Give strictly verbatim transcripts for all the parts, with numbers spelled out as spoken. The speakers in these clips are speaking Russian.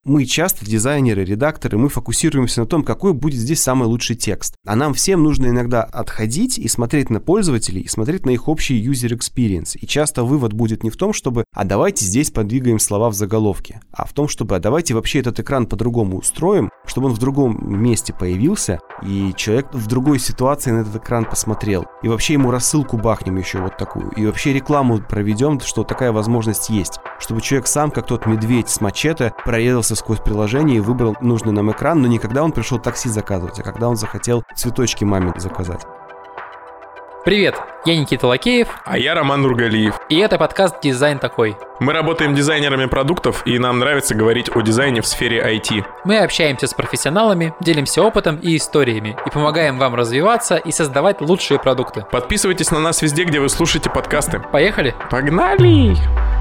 Мы часто, дизайнеры, редакторы, мы фокусируемся на том, какой будет здесь самый лучший текст. А нам всем нужно иногда отходить и смотреть на пользователей, и смотреть на их общий user experience. И часто вывод будет не в том, чтобы «а давайте здесь подвигаем слова в заголовке», а в том, чтобы «а давайте вообще этот экран по-другому устроим, чтобы он в другом месте появился, и человек в другой ситуации на этот экран посмотрел. И вообще ему рассылку бахнем еще вот такую. И вообще рекламу проведем, что такая возможность есть. Чтобы человек сам, как тот медведь с мачете, проедался сквозь приложение и выбрал нужный нам экран, но не когда он пришел такси заказывать, а когда он захотел цветочки маме заказать». Привет, я Никита Лакеев. А я Роман Нургалиев. И это подкаст «Дизайн такой». Мы работаем дизайнерами продуктов, и нам нравится говорить о дизайне в сфере ай ти. Мы общаемся с профессионалами, делимся опытом и историями, и помогаем вам развиваться и создавать лучшие продукты. Подписывайтесь на нас везде, где вы слушаете подкасты. Поехали? Погнали!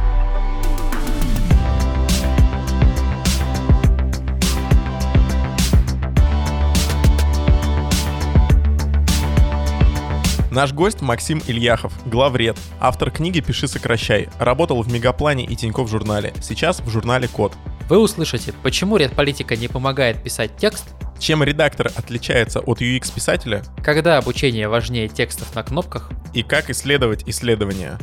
Наш гость Максим Ильяхов, главред, автор книги «Пиши, сокращай», работал в Мегаплане и Тинькофф журнале, сейчас в журнале «Код». Вы услышите, почему редполитика не помогает писать текст, чем редактор отличается от ю экс-писателя, когда обучение важнее текстов на кнопках, и как исследовать исследования.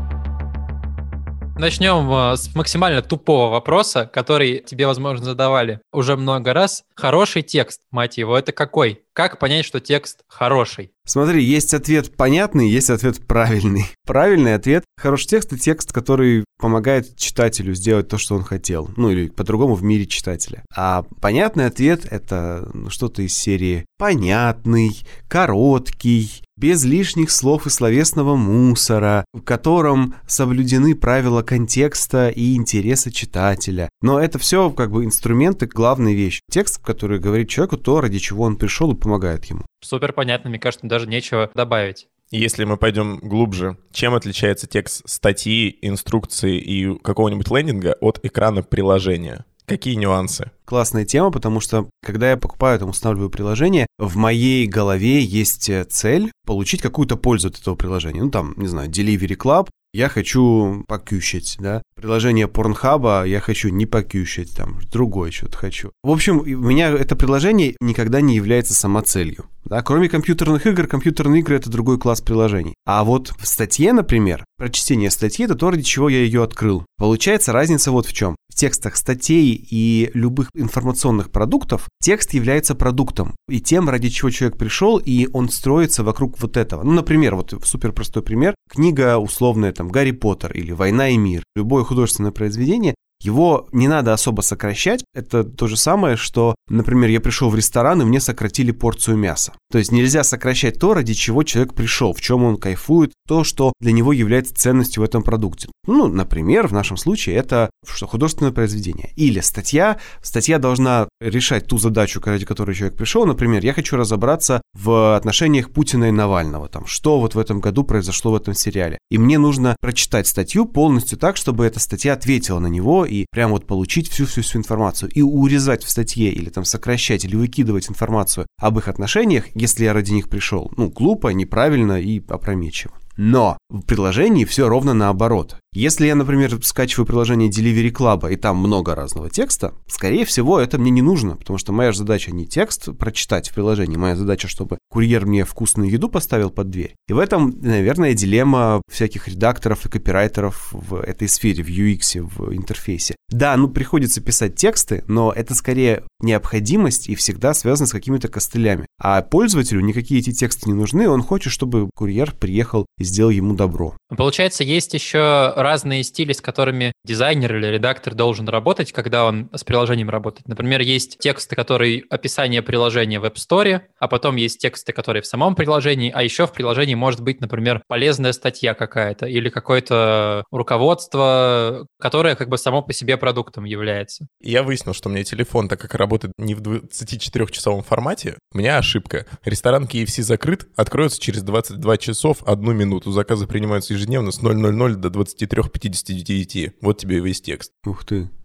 Начнем с максимально тупого вопроса, который тебе, возможно, задавали уже много раз. Хороший текст, мать его, это какой? Как понять, что текст хороший? Смотри, есть ответ понятный, есть ответ правильный. Правильный ответ – хороший текст – это текст, который помогает читателю сделать то, что он хотел. Ну, или по-другому в мире читателя. А понятный ответ – это что-то из серии «понятный», «короткий», без лишних слов и словесного мусора, в котором соблюдены правила контекста и интереса читателя. Но это все как бы инструменты, главная вещь. Текст, который говорит человеку то, ради чего он пришел, и помогает ему. Супер понятно, мне кажется, даже нечего добавить. Если мы пойдем глубже, чем отличается текст статьи, инструкции и какого-нибудь лендинга от экрана приложения? Какие нюансы? Классная тема, потому что, когда я покупаю, там, устанавливаю приложение, в моей голове есть цель получить какую-то пользу от этого приложения. Ну, там, не знаю, Delivery Club, я хочу покющить, да. Приложение Pornhub, я хочу не покющить, там, другое что-то хочу. В общем, у меня это приложение никогда не является самоцелью. Да? Кроме компьютерных игр, компьютерные игры — это другой класс приложений. А вот в статье, например, прочтение статьи — это то, ради чего я ее открыл. Получается, разница вот в чем. В текстах статей и любых информационных продуктов текст является продуктом и тем, ради чего человек пришел, и он строится вокруг вот этого. Ну, например, вот супер простой пример. Книга условная, там, «Гарри Поттер» или «Война и мир». Любое художественное произведение, его не надо особо сокращать. Это то же самое, что, например, я пришел в ресторан, и мне сократили порцию мяса. То есть нельзя сокращать то, ради чего человек пришел, в чем он кайфует, то, что для него является ценностью в этом продукте. Ну, например, в нашем случае это что, художественное произведение. Или статья. Статья должна решать ту задачу, ради которой человек пришел. Например, я хочу разобраться в отношениях Путина и Навального. Там, что вот в этом году произошло в этом сериале. И мне нужно прочитать статью полностью так, чтобы эта статья ответила на него, и прям вот получить всю-всю-всю информацию. И урезать в статье, или там сокращать, или выкидывать информацию об их отношениях, если я ради них пришел. Ну, глупо, неправильно и опрометчиво. Но в приложении все ровно наоборот. Если я, например, скачиваю приложение Delivery Club, и там много разного текста, скорее всего, это мне не нужно, потому что моя же задача не текст прочитать в приложении, моя задача, чтобы курьер мне вкусную еду поставил под дверь. И в этом, наверное, дилемма всяких редакторов и копирайтеров в этой сфере, в ю экс, в интерфейсе. Да, ну приходится писать тексты, но это скорее необходимость и всегда связано с какими-то костылями. А пользователю никакие эти тексты не нужны, он хочет, чтобы курьер приехал и сделал ему добро. Получается, есть еще разные стили, с которыми дизайнер или редактор должен работать, когда он с приложением работает. Например, есть тексты, которые описание приложения в App Store, а потом есть тексты, которые в самом приложении, а еще в приложении может быть, например, полезная статья какая-то или какое-то руководство, которое как бы само по себе продуктом является. Я выяснил, что у меня телефон, так как работает не в двадцатичетырёхчасовом формате, у меня ошибка. Ресторан кей эф си закрыт, откроется через двадцать два часов одну минуту. Заказы принимаются ежедневно с ноль ноль ноль до двадцать три пятьдесят девять. Вот тебе и весь текст. Ух ты.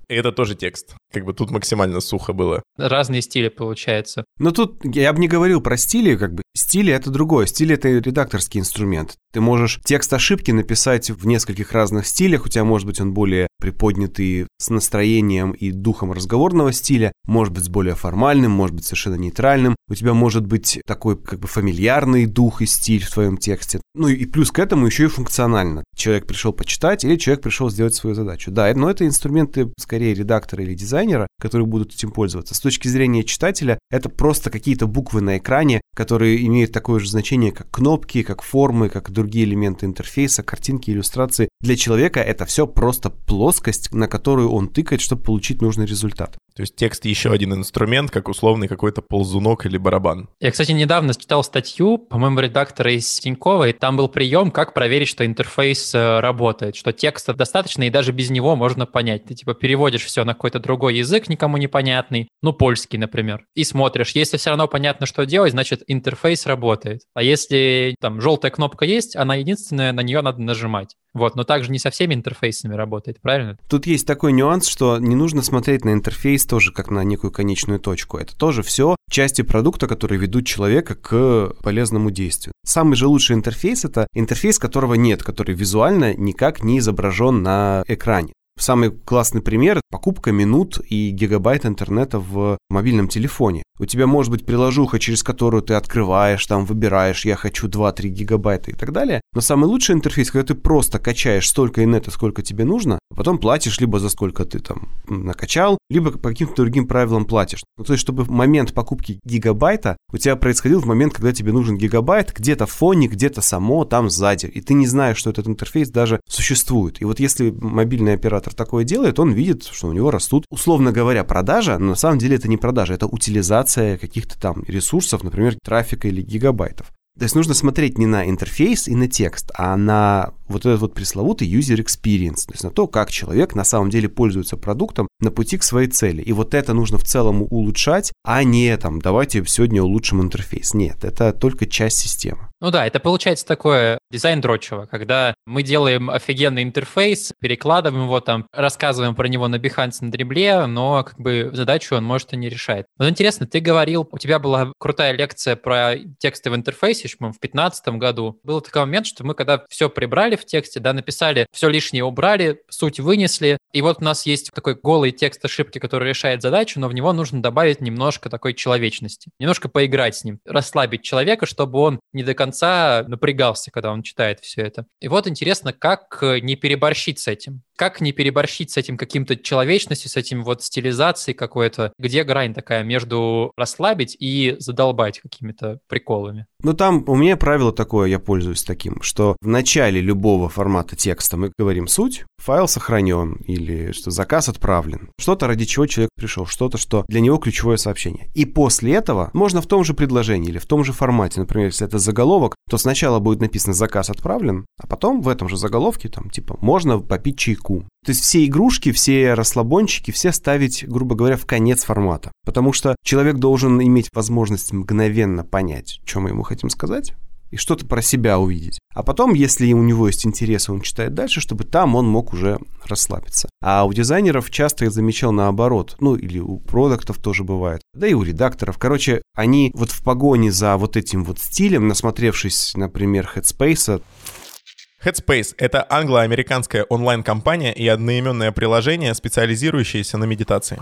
И это тоже текст. Как бы тут максимально сухо было. Разные стили получается. Но тут я бы не говорил про стили, как бы стили — это другое. Стиль — это редакторский инструмент. Ты можешь текст ошибки написать в нескольких разных стилях, у тебя, может быть, он более приподнятый, с настроением и духом разговорного стиля, может быть, с более формальным, может быть, совершенно нейтральным. У тебя может быть такой как бы фамильярный дух и стиль в твоем тексте. Ну и плюс к этому еще и функционально. Человек пришел почитать или человек пришел сделать свою задачу. Да, но это инструменты скорее редактора или дизайнера, которые будут этим пользоваться. С точки зрения читателя, это просто какие-то буквы на экране, которые имеют такое же значение, как кнопки, как формы, как другие элементы интерфейса, картинки, иллюстрации. Для человека это все просто плоскость, на которую он тыкает, чтобы получить нужный результат. То есть текст еще один инструмент, как условный какой-то ползунок или барабан. Я, кстати, недавно читал статью, по-моему, редактора из Тинькова, и там был прием, как проверить, что интерфейс работает, что текста достаточно, и даже без него можно понять. Ты типа переводишь все на какой-то другой язык, никому непонятный, ну, польский, например, и смотришь. Если все равно понятно, что делать, значит, интерфейс работает. А если там желтая кнопка есть, она единственная, на нее надо нажимать. Вот, но также не со всеми интерфейсами работает, правильно? Тут есть такой нюанс, что не нужно смотреть на интерфейс тоже как на некую конечную точку. Это тоже все части продукта, которые ведут человека к полезному действию. Самый же лучший интерфейс — это интерфейс, которого нет, который визуально никак не изображен на экране. Самый классный пример — покупка минут и гигабайт интернета в мобильном телефоне. У тебя может быть приложуха, через которую ты открываешь, там выбираешь, я хочу два-три гигабайта и так далее. Но самый лучший интерфейс, когда ты просто качаешь столько инета, сколько тебе нужно, а потом платишь либо за сколько ты там накачал, либо по каким-то другим правилам платишь. Ну, то есть, чтобы момент покупки гигабайта у тебя происходил в момент, когда тебе нужен гигабайт, где-то в фоне, где-то само, там сзади. И ты не знаешь, что этот интерфейс даже существует. И вот если мобильный оператор такое делает, он видит, что у него растут, условно говоря, продажа, но на самом деле это не продажа, это утилизация каких-то там ресурсов, например, трафика или гигабайтов. То есть нужно смотреть не на интерфейс и на текст, а на вот этот вот пресловутый user experience, то есть на то, как человек на самом деле пользуется продуктом на пути к своей цели. И вот это нужно в целом улучшать, а не там давайте сегодня улучшим интерфейс. Нет, это только часть системы. Ну да, это получается такое дизайн дрочево, когда мы делаем офигенный интерфейс, перекладываем его там, рассказываем про него на Behance, на Dribbble, но как бы задачу он может и не решает. Вот интересно, ты говорил, у тебя была крутая лекция про тексты в интерфейсе, еще, по-моему, в пятнадцатом году. Был такой момент, что мы когда все прибрали в тексте, да, написали, все лишнее убрали, суть вынесли, и вот у нас есть такой голый текст ошибки, который решает задачу, но в него нужно добавить немножко такой человечности, немножко поиграть с ним, расслабить человека, чтобы он не до конца напрягался, когда он читает все это. И вот интересно, как не переборщить с этим? Как не переборщить с этим каким-то человечностью, с этим вот стилизацией какой-то? Где грань такая между расслабить и задолбать какими-то приколами? Ну, там у меня правило такое, я пользуюсь таким, что в начале любого формата текста мы говорим суть, файл сохранен или что заказ отправлен. Что-то, ради чего человек пришел, что-то, что для него ключевое сообщение. И после этого можно в том же предложении или в том же формате, например, если это заголовок, то сначала будет написано «заказ отправлен», а потом в этом же заголовке там типа «можно попить чайку». То есть все игрушки, все расслабончики, все ставить, грубо говоря, в конец формата. Потому что человек должен иметь возможность мгновенно понять, что мы ему хотим сказать, и что-то про себя увидеть. А потом, если у него есть интерес, он читает дальше, чтобы там он мог уже расслабиться. А у дизайнеров часто я замечал наоборот. Ну, или у продуктов тоже бывает. Да и у редакторов. Короче, они вот в погоне за вот этим вот стилем, насмотревшись, например, Headspace. Headspace — это англо-американская онлайн-компания и одноименное приложение, специализирующееся на медитации.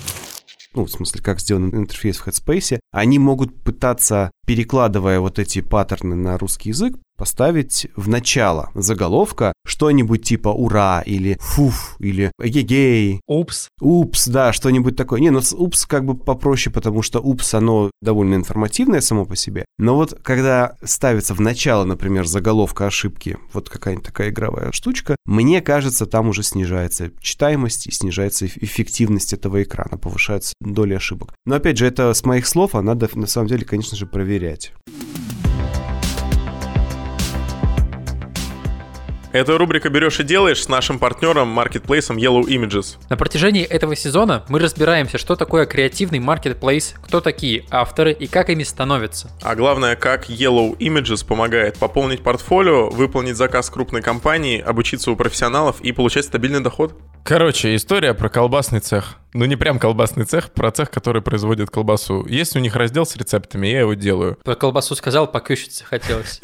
Ну, в смысле, как сделан интерфейс в Headspace, они могут пытаться, перекладывая вот эти паттерны на русский язык, поставить в начало заголовка что-нибудь типа «Ура!» или «Фуф!» или «Эгегей!» «Упс!» «Упс!» Да, что-нибудь такое. Не, ну «Упс» как бы попроще, потому что «Упс» оно довольно информативное само по себе. Но вот когда ставится в начало, например, заголовка ошибки, вот какая-нибудь такая игровая штучка, мне кажется, там уже снижается читаемость и снижается эффективность этого экрана, повышается доля ошибок. Но опять же, это с моих слов, а надо на самом деле, конечно же, проверять. Эта рубрика «Берешь и делаешь» с нашим партнером, маркетплейсом Yellow Images. На протяжении этого сезона мы разбираемся, что такое креативный маркетплейс, кто такие авторы и как ими становятся. А главное, как Yellow Images помогает пополнить портфолио, выполнить заказ крупной компании, обучиться у профессионалов и получать стабильный доход. Короче, история про колбасный цех. Ну, не прям колбасный цех, про цех, который производит колбасу. Есть у них раздел с рецептами, я его делаю. Про колбасу сказал, покющиться хотелось.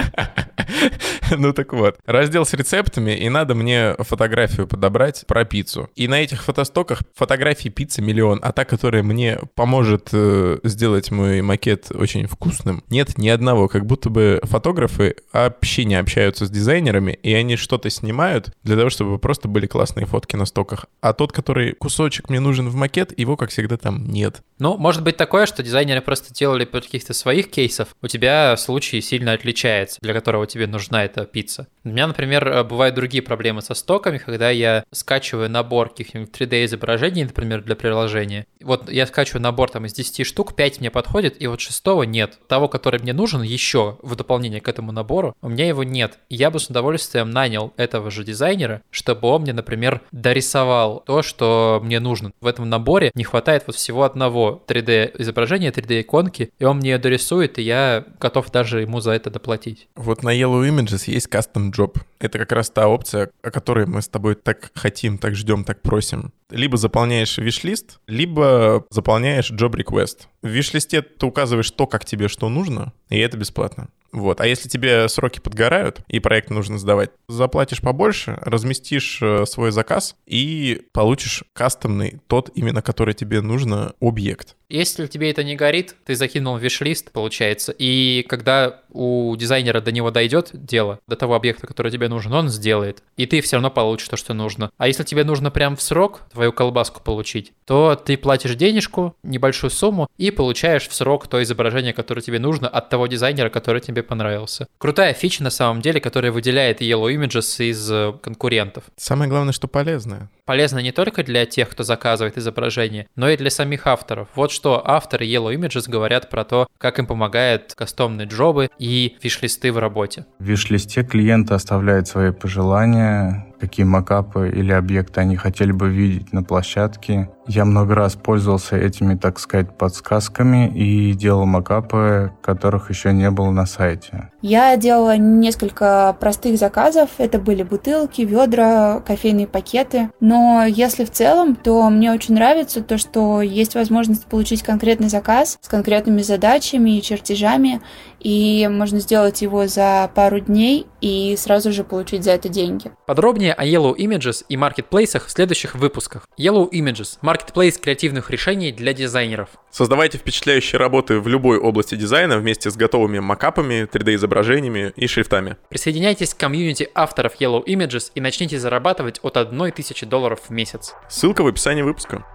Ну так вот, раздел с рецептами, и надо мне фотографию подобрать про пиццу. И на этих фотостоках фотографий пиццы миллион, а та, которая мне поможет э, сделать мой макет очень вкусным, нет ни одного. Как будто бы фотографы вообще не общаются с дизайнерами, и они что-то снимают для того, чтобы просто были классные фотки на стоках. А тот, который кусочек мне нужен в макет, его, как всегда, там нет. Ну, может быть такое, что дизайнеры просто делали под каких-то своих кейсов. У тебя случай сильно отличается, для которого тебе нужна эта пицца. У меня, например, бывают другие проблемы со стоками, когда я скачиваю набор каких-нибудь три дэ изображений, например, для приложения. Вот я скачиваю набор там из десяти штук, пять мне подходит, и вот шестого нет. Того, который мне нужен еще в дополнение к этому набору, у меня его нет. И я бы с удовольствием нанял этого же дизайнера, чтобы он мне, например, дорисовал то, что мне нужно. В этом наборе не хватает вот всего одного три дэ изображения, три дэ иконки, и он мне ее дорисует, и я готов даже ему за это доплатить. Вот на Yellow Images есть Custom Job. Это как раз та опция, о которой мы с тобой так хотим, так ждем, так просим. Либо заполняешь виш-лист, либо заполняешь job request. В виш-листе ты указываешь то, как тебе что нужно, и это бесплатно. Вот. А если тебе сроки подгорают и проект нужно сдавать, заплатишь побольше, разместишь свой заказ и получишь кастомный, тот именно, который тебе нужно, объект. Если тебе это не горит, ты закинул в виш-лист, получается, и когда у дизайнера до него дойдет дело, до того объекта, который тебе нужен, он сделает, и ты все равно получишь то, что нужно. А если тебе нужно прям в срок твою колбаску получить, то ты платишь денежку, небольшую сумму, и получаешь в срок то изображение, которое тебе нужно от того дизайнера, который тебе понравился. Крутая фича на самом деле, которая выделяет Yellow Images из конкурентов. Самое главное, что полезное. Полезно не только для тех, кто заказывает изображение, но и для самих авторов. Вот что авторы Yellow Images говорят про то, как им помогают кастомные джобы и виш-листы в работе. В виш-листе клиенты оставляют свои пожелания, какие макапы или объекты они хотели бы видеть на площадке. Я много раз пользовался этими, так сказать, подсказками и делал макапы, которых еще не было на сайте. Я делала несколько простых заказов. Это были бутылки, ведра, кофейные пакеты. Но если в целом, то мне очень нравится то, что есть возможность получить конкретный заказ с конкретными задачами и чертежами, и можно сделать его за пару дней и сразу же получить за это деньги. Подробнее о Yellow Images и маркетплейсах в следующих выпусках. Yellow Images – маркетплейс креативных решений для дизайнеров. Создавайте впечатляющие работы в любой области дизайна вместе с готовыми макапами, три дэ изображениями и шрифтами. Присоединяйтесь к комьюнити авторов Yellow Images и начните зарабатывать от одной тысячи долларов в месяц. Ссылка в описании выпуска.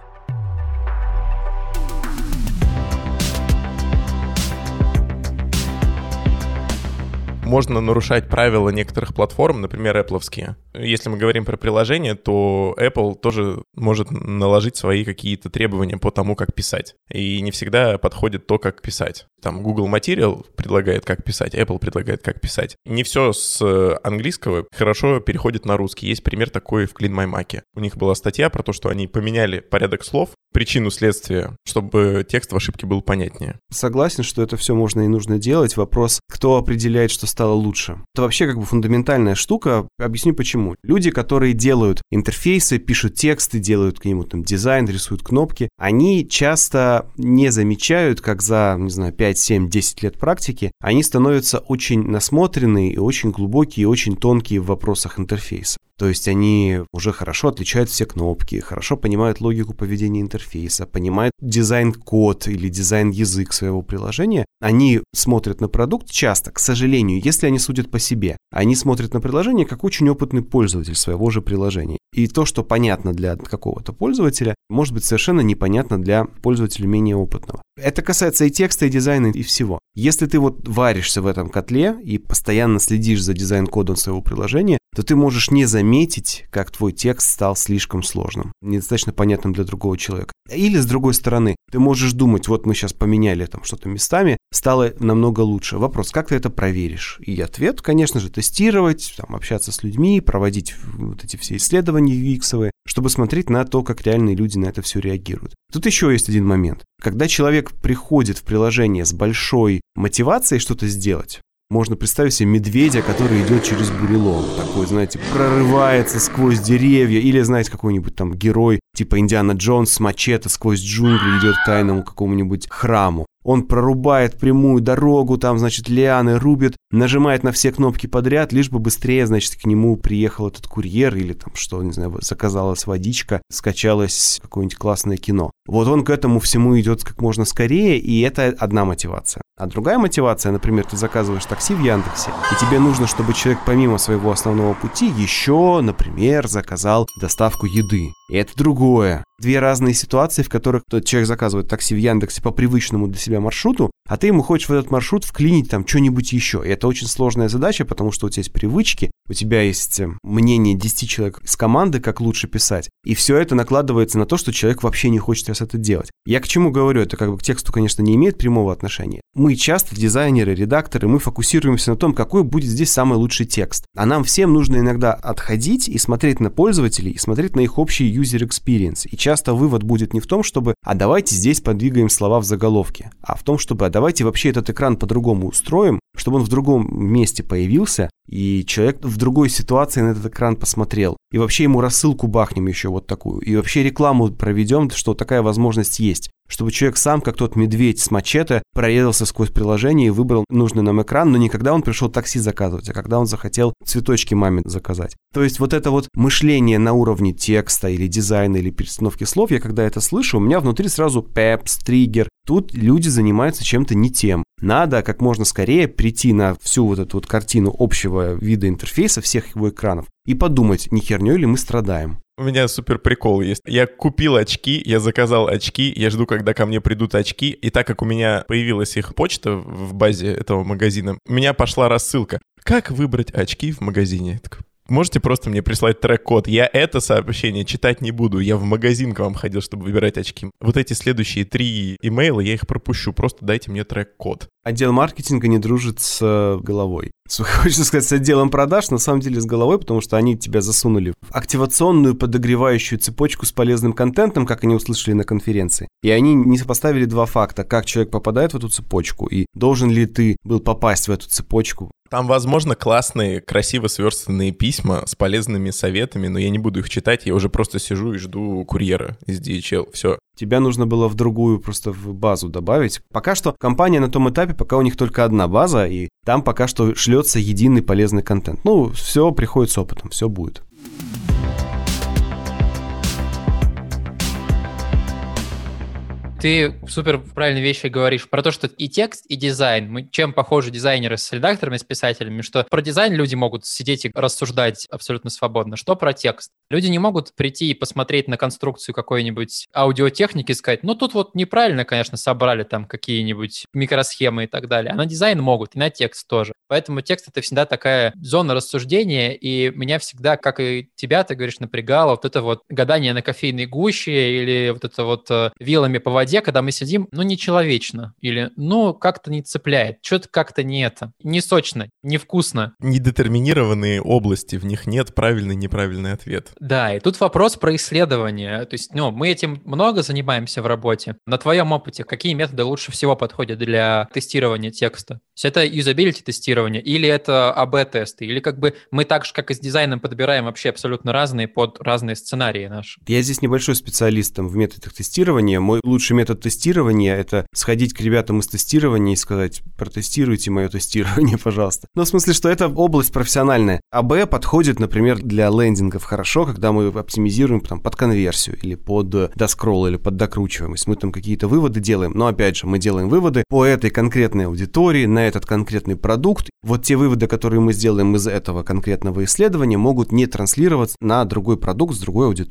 Можно нарушать правила некоторых платформ, например, Apple'овские. Если мы говорим про приложение, то Apple тоже может наложить свои какие-то требования по тому, как писать. И не всегда подходит то, как писать. Там Google Material предлагает, как писать, Apple предлагает, как писать. Не все с английского хорошо переходит на русский. Есть пример такой в CleanMyMac. У них была статья про то, что они поменяли порядок слов, причину следствия, чтобы текст в ошибке был понятнее. Согласен, что это все можно и нужно делать. Вопрос, кто определяет, что стало лучше. Это вообще как бы фундаментальная штука. Объясню почему. Люди, которые делают интерфейсы, пишут тексты, делают к нему там дизайн, рисуют кнопки, они часто не замечают, как за, не знаю, пять, семь, десять лет практики, они становятся очень насмотренные и очень глубокие, и очень тонкие в вопросах интерфейса. То есть они уже хорошо отличают все кнопки, хорошо понимают логику поведения интерфейса, понимают дизайн-код или дизайн-язык своего приложения. Они смотрят на продукт часто, к сожалению, если они судят по себе. Они смотрят на приложение как очень опытный пользователь своего же приложения. И то, что понятно для какого-то пользователя, может быть совершенно непонятно для пользователя менее опытного. Это касается и текста, и дизайна, и всего. Если ты вот варишься в этом котле и постоянно следишь за дизайн-кодом своего приложения, то ты можешь не заметить, как твой текст стал слишком сложным, недостаточно понятным для другого человека. Или, с другой стороны, ты можешь думать, вот мы сейчас поменяли там что-то местами, стало намного лучше. Вопрос, как ты это проверишь? И ответ, конечно же, тестировать, там, общаться с людьми, проводить вот эти все исследования ю экс-овые, чтобы смотреть на то, как реальные люди на это все реагируют. Тут еще есть один момент. Когда человек приходит в приложение с большой мотивацией что-то сделать, можно представить себе медведя, который идет через бурелом. Такой, знаете, прорывается сквозь деревья. Или, знаете, какой-нибудь там герой типа Индиана Джонс с мачете сквозь джунгли идет к тайному какому-нибудь храму. Он прорубает прямую дорогу, там, значит, лианы рубит, нажимает на все кнопки подряд, лишь бы быстрее, значит, к нему приехал этот курьер или там, что, не знаю, заказалась водичка, скачалось какое-нибудь классное кино. Вот он к этому всему идет как можно скорее, и это одна мотивация. А другая мотивация, например, ты заказываешь такси в Яндексе, и тебе нужно, чтобы человек помимо своего основного пути еще, например, заказал доставку еды. И это другое. Две разные ситуации, в которых тот человек заказывает такси в Яндексе по привычному для себя маршруту, а ты ему хочешь в этот маршрут вклинить там что-нибудь еще. И это очень сложная задача, потому что у тебя есть привычки, у тебя есть мнение десяти человек из команды, как лучше писать. И все это накладывается на то, что человек вообще не хочет сейчас это делать. Я к чему говорю? Это как бы к тексту, конечно, не имеет прямого отношения. Мы часто, дизайнеры, редакторы, мы фокусируемся на том, какой будет здесь самый лучший текст. А нам всем нужно иногда отходить и смотреть на пользователей, и смотреть на их общий user experience. И часто вывод будет не в том, чтобы «а давайте здесь подвигаем слова в заголовке», а в том, чтобы «а давайте вообще этот экран по-другому устроим», чтобы он в другом месте появился, и человек в другой ситуации на этот экран посмотрел. И вообще ему рассылку бахнем еще вот такую. И вообще рекламу проведем, что такая возможность есть. Чтобы человек сам, как тот медведь с мачете, прорезался сквозь приложение и выбрал нужный нам экран, но не когда он пришел такси заказывать, а когда он захотел цветочки маме заказать. То есть вот это вот мышление на уровне текста или дизайна или перестановки слов, я когда это слышу, у меня внутри сразу пепс, триггер. Тут люди занимаются чем-то не тем. Надо как можно скорее прийти на всю вот эту вот картину общего вида интерфейса всех его экранов и подумать, не херней ли мы страдаем. У меня супер прикол есть. Я купил очки, я заказал очки, я жду, когда ко мне придут очки, и так как у меня появилась их почта в базе этого магазина, у меня пошла рассылка. Как выбрать очки в магазине? Я такой, можете просто мне прислать трек-код? Я это сообщение читать не буду. Я в магазин к вам ходил, чтобы выбирать очки. Вот эти следующие три имейла, я их пропущу. Просто дайте мне трек-код. Отдел маркетинга не дружит с головой. Хочется сказать, с отделом продаж, на самом деле с головой, потому что они тебя засунули в активационную подогревающую цепочку с полезным контентом, как они услышали на конференции. И они не сопоставили два факта, как человек попадает в эту цепочку и должен ли ты был попасть в эту цепочку. Там, возможно, классные, красиво сверстанные письма с полезными советами, но я не буду их читать, я уже просто сижу и жду курьера из ди эйч эл. Все. Тебя нужно было в другую, просто в базу добавить. Пока что компания на том этапе, пока у них только одна база, и там пока что шлется единый полезный контент. Ну, все приходит с опытом, все будет. Ты супер правильные вещи говоришь про то, что и текст, и дизайн. Мы чем похожи дизайнеры с редакторами, с писателями, что про дизайн люди могут сидеть и рассуждать абсолютно свободно. Что про текст? Люди не могут прийти и посмотреть на конструкцию какой-нибудь аудиотехники и сказать, ну тут вот неправильно, конечно, собрали там какие-нибудь микросхемы и так далее. А на дизайн могут, и на текст тоже. Поэтому текст — это всегда такая зона рассуждения, и меня всегда, как и тебя, ты говоришь, напрягало вот это вот гадание на кофейной гуще или вот это вот вилами по воде, когда мы сидим, ну, нечеловечно, или, ну, как-то не цепляет, что-то как-то не это, не сочно, невкусно. Недетерминированные области, в них нет правильный и неправильный ответ. Да, и тут вопрос про исследование. То есть, ну, мы этим много занимаемся в работе. На твоем опыте какие методы лучше всего подходят для тестирования текста? То есть это юзабилити тестирование, или это эй би-тесты, или как бы мы так же, как и с дизайном, подбираем вообще абсолютно разные под разные сценарии наши? Я здесь небольшой специалист в методах тестирования. Мой лучший метод тестирования — это сходить к ребятам из тестирования и сказать: протестируйте мое тестирование, пожалуйста. Ну, в смысле, что это область профессиональная. эй би подходит, например, для лендингов хорошо, когда мы оптимизируем там, под конверсию или под доскролл, или под докручиваемость. Мы там какие-то выводы делаем, но, опять же, мы делаем выводы по этой конкретной аудитории, на этот конкретный продукт. Вот те выводы, которые мы сделаем из этого конкретного исследования, могут не транслироваться на другой продукт с другой аудиторией.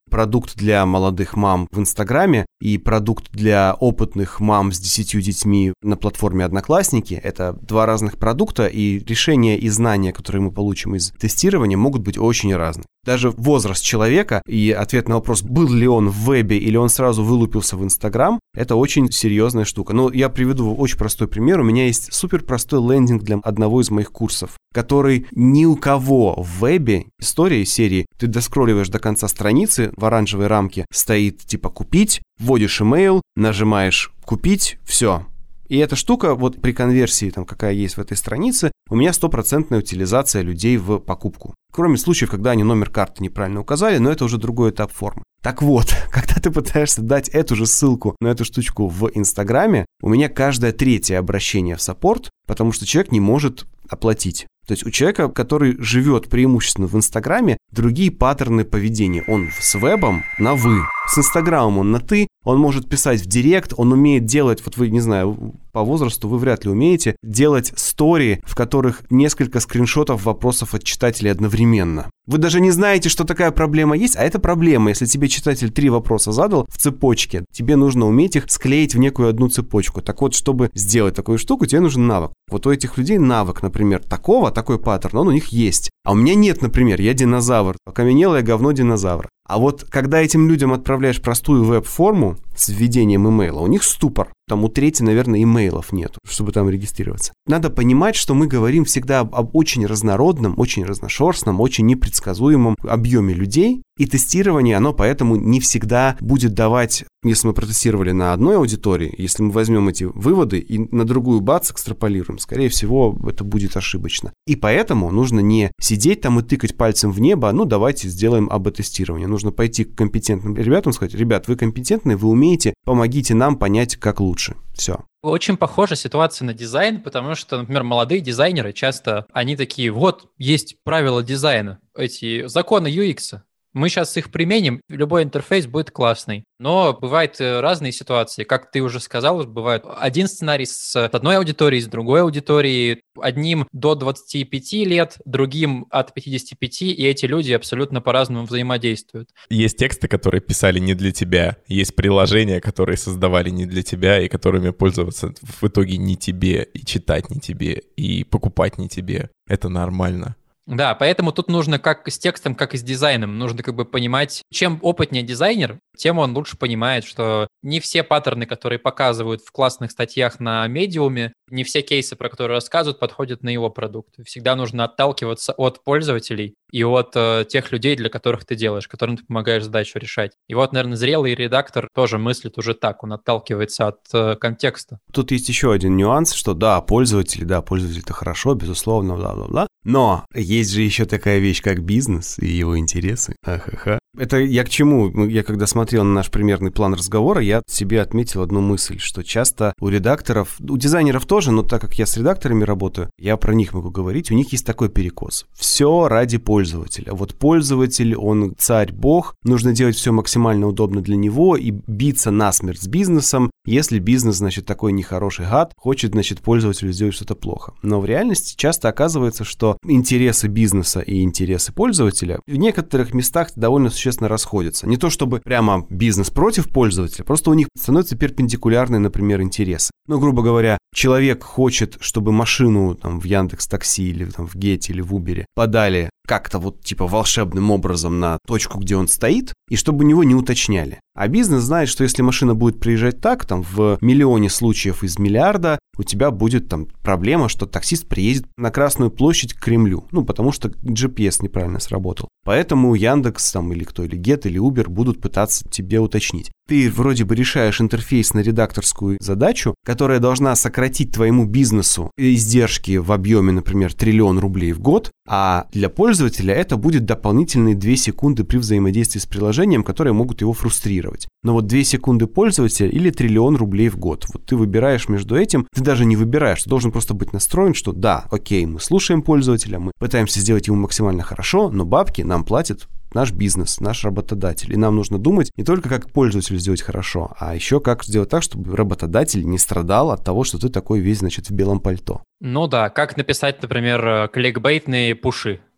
продукт для молодых мам в Инстаграме и продукт для опытных мам с десятью детьми на платформе Одноклассники — это два разных продукта, и решения и знания, которые мы получим из тестирования, могут быть очень разные. Даже возраст человека и ответ на вопрос, был ли он в вебе или он сразу вылупился в Инстаграм, это очень серьезная штука. Но я приведу очень простой пример. У меня есть супер простой лендинг для одного из моих курсов, который ни у кого в вебе, история из серии, ты доскролливаешь до конца страницы, в оранжевой рамке стоит типа «Купить», вводишь email, нажимаешь «Купить», все. И эта штука, вот при конверсии, там, какая есть в этой странице, у меня стопроцентная утилизация людей в покупку. Кроме случаев, когда они номер карты неправильно указали, но это уже другой этап формы. Так вот, когда ты пытаешься дать эту же ссылку на эту штучку в Инстаграме, у меня каждое третье обращение в саппорт, потому что человек не может оплатить. То есть у человека, который живет преимущественно в Инстаграме, другие паттерны поведения. Он с вебом на «вы», с Инстаграмом он на «ты», он может писать в директ, он умеет делать, вот вы, не знаю, по возрасту вы вряд ли умеете, делать стори, в которых несколько скриншотов вопросов от читателей одновременно. Вы даже не знаете, что такая проблема есть, а это проблема. Если тебе читатель три вопроса задал в цепочке, тебе нужно уметь их склеить в некую одну цепочку. Так вот, чтобы сделать такую штуку, тебе нужен навык. Вот у этих людей навык, например, такого, такой паттерн, он у них есть. А у меня нет, например, я динозавр, окаменелое говно динозавра. А вот когда этим людям отправляешь простую веб-форму с введением имейла, у них ступор. Там у трети, наверное, имейлов нету, чтобы там регистрироваться. Надо понимать, что мы говорим всегда об, об очень разнородном, очень разношерстном, очень непредсказуемом объеме людей. И тестирование, оно поэтому не всегда будет давать, если мы протестировали на одной аудитории, если мы возьмем эти выводы и на другую бац экстраполируем, скорее всего, это будет ошибочно. И поэтому нужно не сидеть там и тыкать пальцем в небо, ну давайте сделаем АБ-тестирование. Нужно пойти к компетентным ребятам и сказать: ребят, вы компетентны, вы умеете, помогите нам понять, как лучше. Все. Очень похожа ситуация на дизайн, потому что, например, молодые дизайнеры часто, они такие, вот, есть правила дизайна, эти законы ю экс. Мы сейчас их применим, любой интерфейс будет классный. Но бывают разные ситуации. Как ты уже сказал, бывает один сценарий с одной аудиторией, с другой аудиторией. Одним до двадцати пяти лет, другим от пятидесяти пяти, и эти люди абсолютно по-разному взаимодействуют. Есть тексты, которые писали не для тебя. Есть приложения, которые создавали не для тебя, и которыми пользоваться в итоге не тебе, и читать не тебе, и покупать не тебе. Это нормально. Да, поэтому тут нужно как с текстом, как и с дизайном. Нужно как бы понимать, чем опытнее дизайнер, тем он лучше понимает, что не все паттерны, которые показывают в классных статьях на медиуме, не все кейсы, про которые рассказывают, подходят на его продукт. Всегда нужно отталкиваться от пользователей и от э, тех людей, для которых ты делаешь, которым ты помогаешь задачу решать. И вот, наверное, зрелый редактор тоже мыслит уже так, он отталкивается от э, контекста. Тут есть еще один нюанс, что да, пользователи, да, пользователи это хорошо, безусловно, бла-бла-бла, но есть же еще такая вещь, как бизнес и его интересы. Ха-ха-ха. Это я к чему? Я когда смотрел на наш примерный план разговора, я себе отметил одну мысль, что часто у редакторов, у дизайнеров тоже, но так как я с редакторами работаю, я про них могу говорить, у них есть такой перекос. Все ради пользователя. Вот пользователь, он царь-бог, нужно делать все максимально удобно для него и биться насмерть с бизнесом, если бизнес, значит, такой нехороший гад, хочет, значит, пользователю сделать что-то плохо. Но в реальности часто оказывается, что интересы бизнеса и интересы пользователя в некоторых местах довольно существенно расходятся. Не то чтобы прямо бизнес против пользователя, просто у них становятся перпендикулярные, например, интересы. Ну, грубо говоря, человек хочет, чтобы машину там в Яндекс.Такси или там в Гете или в Убере подали как-то вот типа волшебным образом на точку, где он стоит, и чтобы у него не уточняли. А бизнес знает, что если машина будет приезжать так, там в миллионе случаев из миллиарда, у тебя будет там проблема, что таксист приедет на Красную площадь к Кремлю. Ну, потому что джи пи эс неправильно сработал. Поэтому Яндекс там или кто, или Get, или Uber будут пытаться тебе уточнить. Ты вроде бы решаешь интерфейсно-редакторскую задачу, которая должна сократить твоему бизнесу издержки в объеме, например, триллион рублей в год, а для пользователя это будет дополнительные две секунды при взаимодействии с приложением, которые могут его фрустрировать. Но вот две секунды пользователя или триллион рублей в год. Вот ты выбираешь между этим, ты даже не выбираешь, ты должен просто быть настроен, что да, окей, мы слушаем пользователя, мы пытаемся сделать ему максимально хорошо, но бабки нам платит наш бизнес, наш работодатель. И нам нужно думать не только, как пользователю сделать хорошо, а еще как сделать так, чтобы работодатель не страдал от того, что ты такой весь, значит, в белом пальто. Ну да, как написать, например, кликбейтные пуши.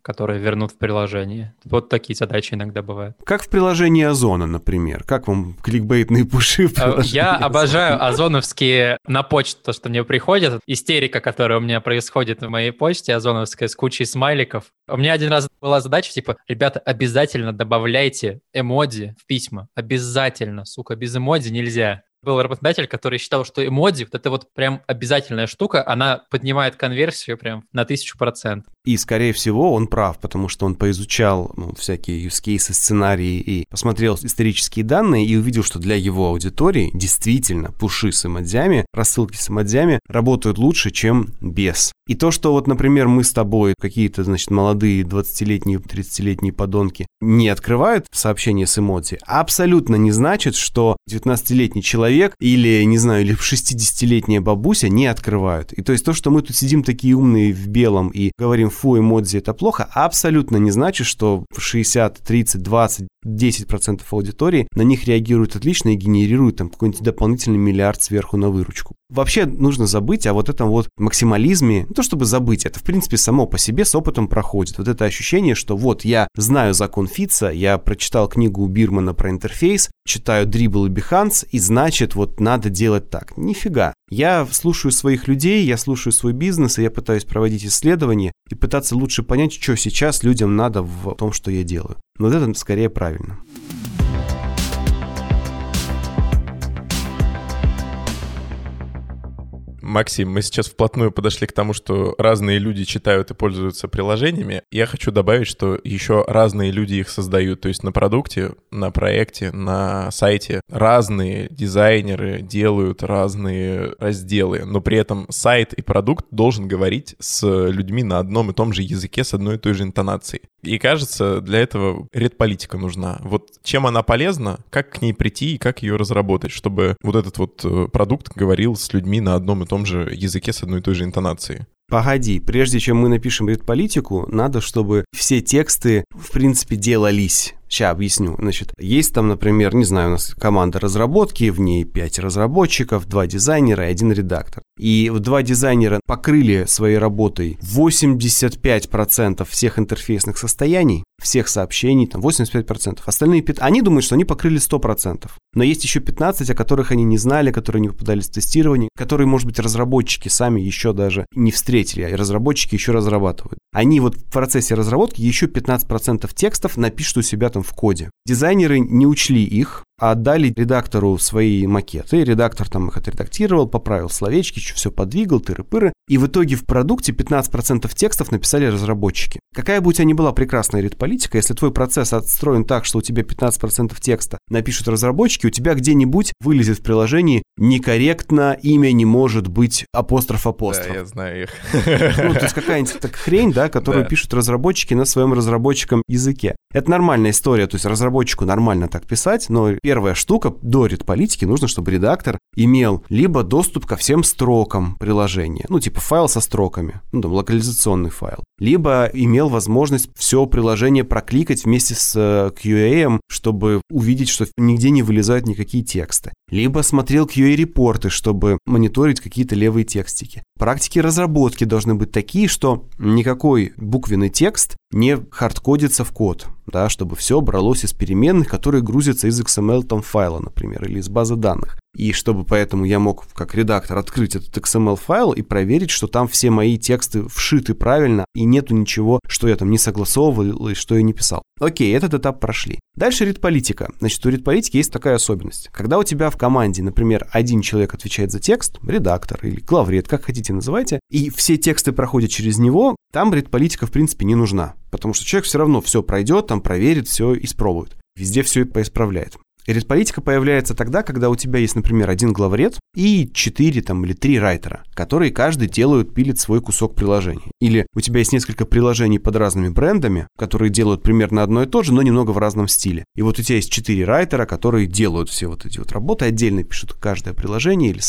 которые вернут в приложение. Вот такие задачи иногда бывают. Как в приложении Озона, например. Как вам кликбейтные пуши в приложении Я Озона? обожаю озоновские на почту, то, что мне приходит. Истерика, которая у меня происходит в моей почте, озоновская, с кучей смайликов. У меня один раз была задача, типа, ребята, обязательно добавляйте эмодзи в письма. Обязательно, сука, без эмодзи нельзя. Был работодатель, который считал, что эмодзи, вот это вот прям обязательная штука, она поднимает конверсию прям на тысячу процентов. И, скорее всего, он прав, потому что он поизучал ну, всякие юзкейсы, сценарии и посмотрел исторические данные и увидел, что для его аудитории действительно пуши с эмодзями, рассылки с эмодзями работают лучше, чем без. И то, что вот, например, мы с тобой, какие-то, значит, молодые двадцатилетние, тридцатилетние подонки, не открывают сообщения с эмодзи, абсолютно не значит, что девятнадцатилетний человек или, не знаю, или шестидесятилетняя бабуся не открывают. И то есть то, что мы тут сидим такие умные в белом и говорим, фу, эмодзи это плохо, абсолютно не значит, что шестьдесят, тридцать, двадцать, десять процентов аудитории на них реагируют отлично и генерируют там какой-нибудь дополнительный миллиард сверху на выручку. Вообще нужно забыть о вот этом вот максимализме. Не то чтобы забыть, это в принципе само по себе с опытом проходит. Вот это ощущение, что вот я знаю закон Фитца, я прочитал книгу у Бирмана про интерфейс, читаю Dribble и Behance, и значит вот надо делать так. Нифига. Я слушаю своих людей, я слушаю свой бизнес, и я пытаюсь проводить исследования и пытаться лучше понять, что сейчас людям надо в том, что я делаю. Но вот это скорее правильно. Максим, мы сейчас вплотную подошли к тому, что разные люди читают и пользуются приложениями. Я хочу добавить, что еще разные люди их создают. То есть на продукте, на проекте, на сайте разные дизайнеры делают разные разделы. Но при этом сайт и продукт должен говорить с людьми на одном и том же языке, с одной и той же интонацией. И кажется, для этого редполитика нужна. Вот чем она полезна, как к ней прийти и как ее разработать, чтобы вот этот вот продукт говорил с людьми на одном и том же языке с одной и той же интонацией. Погоди, прежде чем мы напишем редполитику, надо, чтобы все тексты, в принципе, делались. Сейчас объясню. Значит, есть там, например, не знаю, у нас команда разработки, в ней пять разработчиков, два дизайнера и один редактор. И два дизайнера покрыли своей работой восемьдесят пять процентов всех интерфейсных состояний, всех сообщений, там восемьдесят пять процентов. Остальные пять, они думают, что они покрыли сто процентов. Но есть еще пятнадцать, о которых они не знали, которые не попадались в тестирование, которые, может быть, разработчики сами еще даже не встретили, а разработчики еще разрабатывают. Они вот в процессе разработки еще пятнадцать процентов текстов напишут у себя там в коде. Дизайнеры не учли их, а отдали редактору свои макеты. Редактор там их отредактировал, поправил словечки, все подвигал, тыры-пыры. И в итоге в продукте пятнадцать процентов текстов написали разработчики. Какая бы у тебя ни была прекрасная редполитика, если твой процесс отстроен так, что у тебя пятнадцать процентов текста напишут разработчики, у тебя где-нибудь вылезет в приложении некорректно, имя не может быть апостроф-апостроф. Да, я знаю их. Ну, то есть какая-нибудь такая хрень, да, которую да. пишут разработчики на своем разработчиком языке. Это нормальная история, то есть разработчику нормально так писать, но первая штука, до редполитики нужно, чтобы редактор имел либо доступ ко всем строкам приложения, ну, типа файл со строками, ну, там, локализационный файл, либо имел возможность все приложение прокликать вместе с кью эй, чтобы увидеть, что нигде не вылезают никакие тексты, либо смотрел кью эй-репорты, чтобы мониторить какие-то левые текстики. Практики разработки должны быть такие, что никакой буквенный текст не хардкодится в код, да, чтобы все бралось из переменных, которые грузятся из икс эм эл там, файла, например, или из базы данных. И чтобы поэтому я мог, как редактор, открыть этот икс эм эл файл и проверить, что там все мои тексты вшиты правильно, и нету ничего, что я там не согласовывал и что я не писал. Окей, этот этап прошли. Дальше редполитика. Значит, у редполитики есть такая особенность. Когда у тебя в команде, например, один человек отвечает за текст, редактор или главред, как хотите называйте, и все тексты проходят через него, там редполитика, в принципе, не нужна. Потому что человек все равно все пройдет, там проверит, все испробует. Везде все это поисправляет. И редполитика появляется тогда, когда у тебя есть, например, один главред и четыре там, или три райтера, которые каждый делают, пилит свой кусок приложения. Или у тебя есть несколько приложений под разными брендами, которые делают примерно одно и то же, но немного в разном стиле. И вот у тебя есть четыре райтера, которые делают все вот эти вот работы, отдельно пишут каждое приложение или сайты.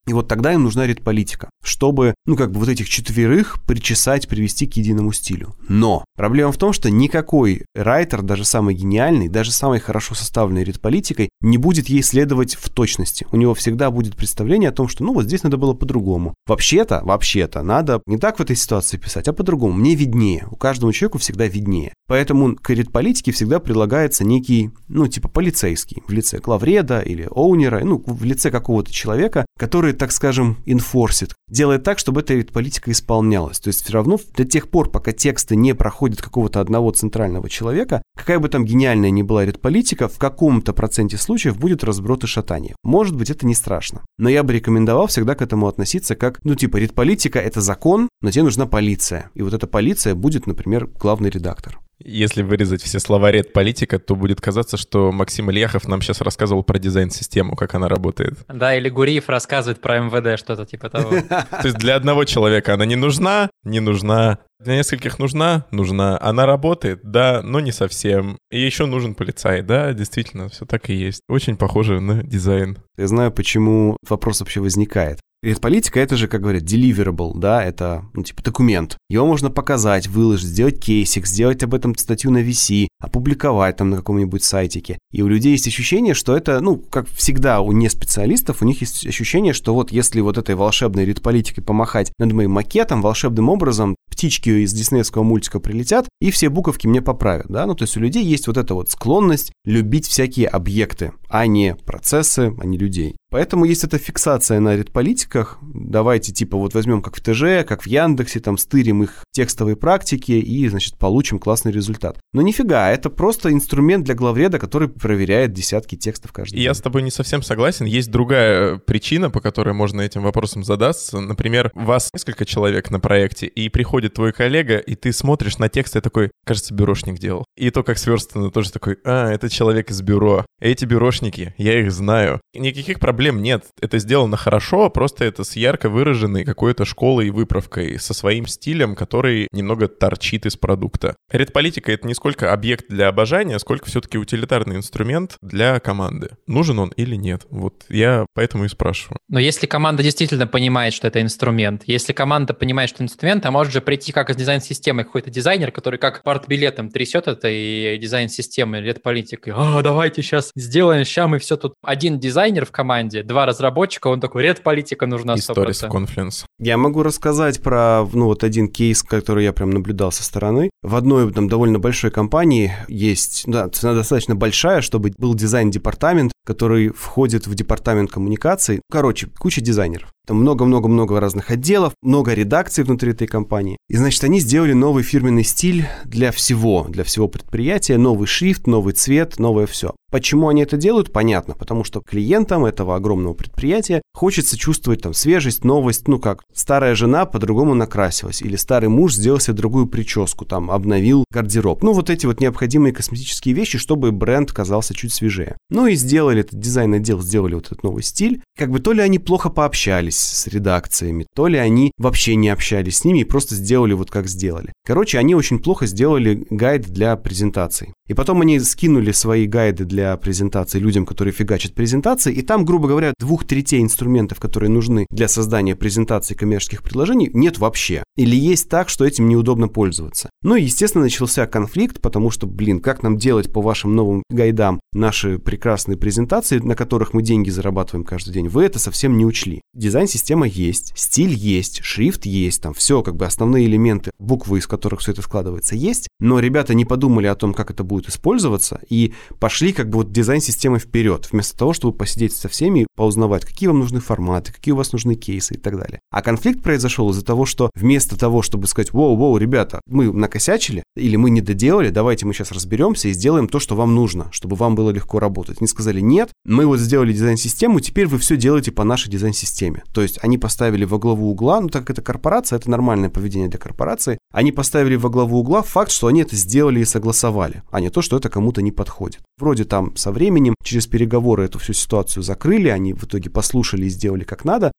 И вот тогда им нужна редполитика, чтобы, ну, как бы вот этих четверых причесать, привести к единому стилю. Но проблема в том, что никакой райтер, даже самый гениальный, даже самой хорошо составленной редполитикой, не будет ей следовать в точности. У него всегда будет представление о том, что, ну, вот здесь надо было по-другому. Вообще-то, вообще-то, надо не так в этой ситуации писать, а по-другому. Мне виднее. У каждому человеку всегда виднее. Поэтому к редполитике всегда прилагается некий, ну, типа полицейский в лице главреда или оунера, ну, в лице какого-то человека, который, так скажем, инфорсит, делает так, чтобы эта редполитика исполнялась. То есть все равно до тех пор, пока тексты не проходят какого-то одного центрального человека, какая бы там гениальная ни была редполитика, в каком-то проценте случаев будет разброд и шатание. Может быть, это не страшно. Но я бы рекомендовал всегда к этому относиться как, ну, типа, редполитика — это закон, но тебе нужна полиция. И вот эта полиция будет, например, главный редактор. Если вырезать все слова редполитика, то будет казаться, что Максим Ильяхов нам сейчас рассказывал про дизайн-систему, как она работает. Да, или Гуриев рассказывает про эм вэ дэ, что-то типа того. То есть для одного человека она не нужна, не нужна. Для нескольких нужна, нужна. Она работает, да, но не совсем. И еще нужен полицай, да, действительно, все так и есть. Очень похоже на дизайн. Я знаю, почему вопрос вообще возникает. Редполитика — это же, как говорят, deliverable, да, это, ну, типа, документ. Его можно показать, выложить, сделать кейсик, сделать об этом статью на ви си, опубликовать там на каком-нибудь сайтике. И у людей есть ощущение, что это, ну, как всегда у неспециалистов, у них есть ощущение, что вот если вот этой волшебной редполитикой помахать над моим макетом, волшебным образом птички из диснеевского мультика прилетят, и все буковки мне поправят, да, ну, то есть у людей есть вот эта вот склонность любить всякие объекты, а не процессы, а не людей. Поэтому есть эта фиксация на редполитиках. Давайте, типа, вот возьмем как в ТЖ, как в Яндексе, там, стырим их текстовые практики и, значит, получим классный результат. Но нифига, это просто инструмент для главреда, который проверяет десятки текстов каждый день. Я с тобой не совсем согласен. Есть другая причина, по которой можно этим вопросом задаться. Например, вас несколько человек на проекте, и приходит твой коллега, и ты смотришь на текст и такой, кажется, бюрошник делал. И то, как сверстано, тоже такой, а, это человек из бюро. Эти бюрошники, я их знаю. Никаких проблем нет. Это сделано хорошо, просто это с ярко выраженной какой-то школой и выправкой, со своим стилем, который немного торчит из продукта. Редполитика — это не сколько объект для обожания, сколько все-таки утилитарный инструмент для команды. Нужен он или нет? Вот я поэтому и спрашиваю. Но если команда действительно понимает, что это инструмент, если команда понимает, что это инструмент, а может же прийти как из дизайн-системы какой-то дизайнер, который как партбилетом трясет это и дизайн-системы, редполитикой. А, давайте сейчас сделаем, сейчас мы все тут. Один дизайнер в команде, два разработчика, он такой, редполитика нужна сто процентов. Stories of Confluence. Я могу рассказать про, ну, вот один кейс, который я прям наблюдал со стороны. В одной там довольно большой компании есть, да, цена достаточно большая, чтобы был дизайн-департамент, который входит в департамент коммуникаций. Короче, куча дизайнеров. Там много-много-много разных отделов, много редакций внутри этой компании. И, значит, они сделали новый фирменный стиль для всего, для всего предприятия, новый шрифт, новый цвет, новое все. Почему они это делают? Понятно, потому что клиентам этого огромного предприятия хочется чувствовать там свежесть, новость, ну как, старая жена по-другому накрасилась, или старый муж сделал себе другую прическу, там, обновил гардероб. Ну, вот эти вот необходимые косметические вещи, чтобы бренд казался чуть свежее. Ну и сделали, этот дизайн-отдел сделали вот этот новый стиль. Как бы то ли они плохо пообщались с редакциями, то ли они вообще не общались с ними и просто сделали вот как сделали. Короче, они очень плохо сделали гайд для презентаций. И потом они скинули свои гайды для презентаций людям, которые фигачат презентации, и там, грубо говоря, двух третей инструментов, которые нужны для создания презентаций коммерческих предложений, нет вообще. Или есть так, что этим неудобно пользоваться. Ну и, естественно, начался конфликт, потому что, блин, как нам делать по вашим новым гайдам наши прекрасные презентации, на которых мы деньги зарабатываем каждый день? Вы это совсем не учли. Дизайн-система есть, стиль есть, шрифт есть, там все, как бы основные элементы, буквы, из которых все это складывается, есть, но ребята не подумали о том, как это будет использоваться, и пошли как бы вот дизайн-системой вперед, вместо того, чтобы посидеть со всеми и поузнавать, какие вам нужны форматы, какие у вас нужны кейсы и так далее. А конфликт произошел из-за того, что вместо того, чтобы сказать, воу-воу, ребята, мы накосячили, или мы не доделали, давайте мы сейчас разберемся и сделаем то, что вам нужно, чтобы вам было легко работать. Они сказали, нет, мы вот сделали дизайн-систему, теперь вы все делаете по нашей дизайн-системе. То есть они поставили во главу угла, ну так как это корпорация, это нормальное поведение для корпорации, они поставили во главу угла факт, что они это сделали и согласовали, а не то, что это кому-то не подходит. Вроде там со временем через переговоры эту всю ситуацию закрыли, они в итоге послушали и сделали как надо,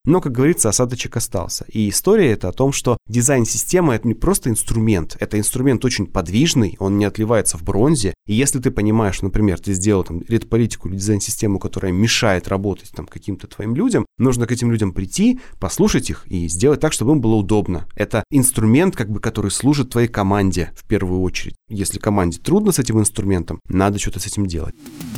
Но, как говорится, осадочек остался. И история это о том, что дизайн-система — это не просто инструмент, это инструмент очень подвижный, он не отливается в бронзе. И если ты понимаешь, например, ты сделал там редполитику или дизайн-систему, которая мешает работать там каким-то твоим людям, нужно к этим людям прийти, послушать их и сделать так, чтобы им было удобно. Это инструмент, как бы, который служит твоей команде в первую очередь. Если команде трудно с этим инструментом, надо что-то с этим делать.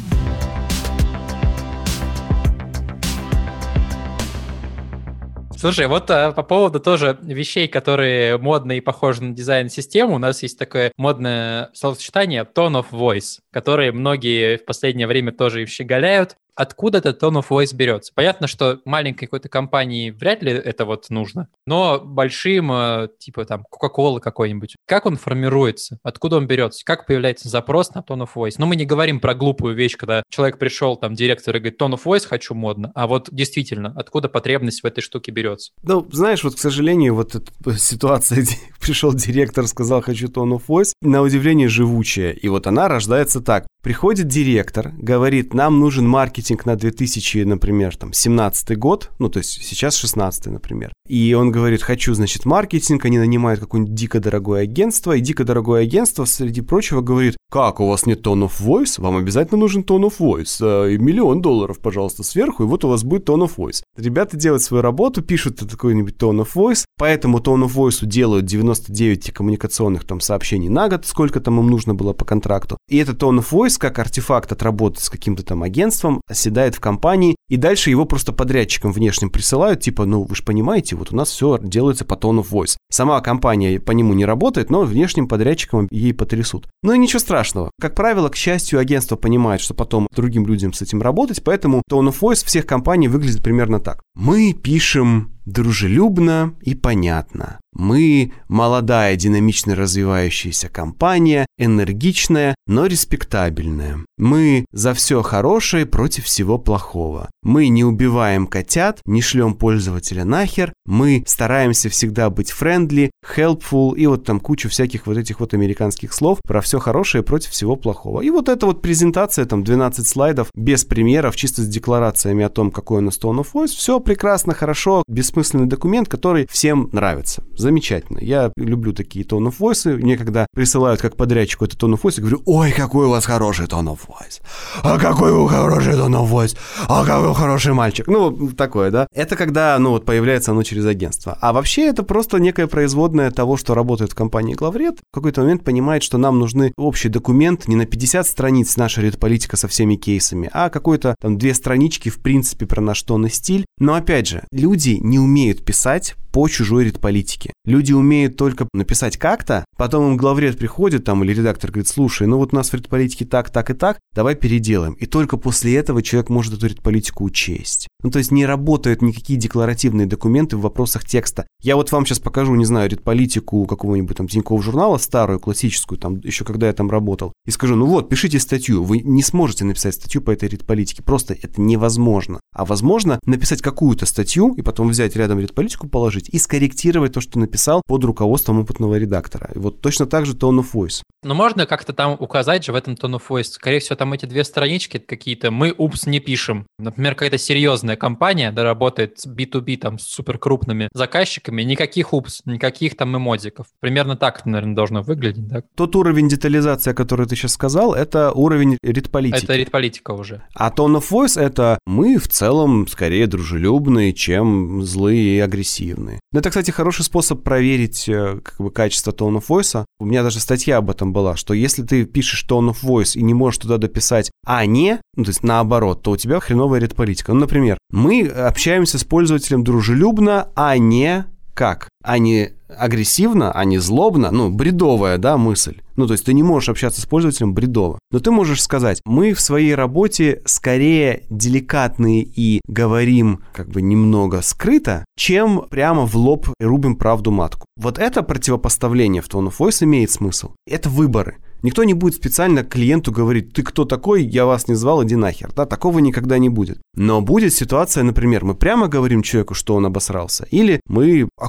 Слушай, вот а, по поводу тоже вещей, которые модные и похожи на дизайн-систему, у нас есть такое модное словосочетание tone of voice, которое многие в последнее время тоже и щеголяют. Откуда этот tone of voice берется? Понятно, что маленькой какой-то компании вряд ли это вот нужно, но большим, типа там Coca-Cola какой-нибудь, как он формируется? Откуда он берется? Как появляется запрос на tone of voice? Но мы не говорим про глупую вещь, когда человек пришел, там, директор и говорит, tone of voice хочу модно, а вот действительно, откуда потребность в этой штуке берется? Ну, знаешь, вот, к сожалению, вот эта ситуация, где пришел директор, сказал, хочу tone of voice, на удивление живучая, и вот она рождается так. Приходит директор, говорит, нам нужен маркетинг на две тысячи, например, там, семнадцатый год, ну, то есть сейчас шестнадцатый, например. И он говорит, хочу, значит, маркетинг, они нанимают какое-нибудь дико дорогое агентство, и дико дорогое агентство, среди прочего, говорит, как, у вас нет tone of voice? Вам обязательно нужен tone of voice. И миллион долларов, пожалуйста, сверху, и вот у вас будет tone of voice. Ребята делают свою работу, пишут какой-нибудь tone of voice, поэтому tone of voice делают девяносто девять коммуникационных там сообщений на год, сколько там им нужно было по контракту. И этот tone of voice, как артефакт от работы с каким-то там агентством, оседает в компании, и дальше его просто подрядчикам внешним присылают, типа, ну, вы же понимаете, вот у нас все делается по tone of voice. Сама компания по нему не работает, но внешним подрядчикам ей потрясут. Ну и ничего страшного. Как правило, к счастью, агентство понимает, что потом другим людям с этим работать, поэтому tone of voice всех компаний выглядит примерно так. Мы пишем дружелюбно и понятно. Мы молодая, динамично развивающаяся компания, энергичная, но респектабельная. Мы за все хорошее против всего плохого. Мы не убиваем котят, не шлем пользователя нахер. Мы стараемся всегда быть friendly, helpful и вот там кучу всяких вот этих вот американских слов про все хорошее против всего плохого. И вот эта вот презентация, там двенадцать слайдов, без примеров, чисто с декларациями о том, какой у нас tone of voice. Все прекрасно, хорошо, бессмысленный документ, который всем нравится. Замечательно. Я люблю такие tone of voice. Мне когда присылают как подрядчику это tone of voice, я говорю, ой, какой у вас хороший tone of voice. А какой у вас хороший tone of voice. А какой хороший мальчик. Ну, такое, да. Это когда, ну, вот появляется оно через агентство. А вообще это просто некое производное того, что работает в компании главред. В какой-то момент понимает, что нам нужны общий документ, не на пятьдесят страниц наша редполитика со всеми кейсами, а какой-то там две странички, в принципе, про наш тон и стиль. Но опять же, люди не умеют писать по чужой редполитике. Люди умеют только написать как-то, потом им главред приходит там, или редактор говорит, слушай, ну вот у нас в редполитике так, так и так, давай переделаем. И только после этого человек может эту редполитику учесть. Ну, то есть не работают никакие декларативные документы в вопросах текста. Я вот вам сейчас покажу, не знаю, редполитику какого-нибудь там Тинькофф журнала, старую, классическую, там, еще когда я там работал, и скажу, ну вот, пишите статью. Вы не сможете написать статью по этой редполитике. Просто это невозможно. А возможно написать какую-то статью, и потом взять рядом редполитику, положить, и скорректировать то, что написал под руководством опытного редактора. И вот точно так же tone of voice. Но можно как-то там указать же в этом tone of voice. Скорее всего, там эти две странички какие-то мы, упс, не пишем. Например, какая-то серьезная компания, да, работает с би ту би, там, с суперкрупными заказчиками, никаких упс, никаких там эмодзиков. Примерно так это, наверное, должно выглядеть, да? Тот уровень детализации, который ты сейчас сказал, это уровень редполитики. Это редполитика уже. А tone of voice — это мы в целом скорее дружелюбные, чем злые и агрессивные. Ну, это, кстати, хороший способ проверить как бы качество tone of voice. У меня даже статья об этом была, что если ты пишешь tone of voice и не можешь туда дописать «а не», ну, то есть наоборот, то у тебя хреновая редполитика. Ну, например, мы общаемся с пользователем дружелюбно, а не как? А не агрессивно, а не злобно, ну, бредовая, да, мысль. Ну, то есть ты не можешь общаться с пользователем бредово. Но ты можешь сказать, мы в своей работе скорее деликатные и говорим как бы немного скрыто, чем прямо в лоб рубим правду матку. Вот это противопоставление в tone of voice имеет смысл. Это выборы. Никто не будет специально клиенту говорить, ты кто такой, я вас не звал, иди нахер. Да, такого никогда не будет. Но будет ситуация, например, мы прямо говорим человеку, что он обосрался, или мы аккуратно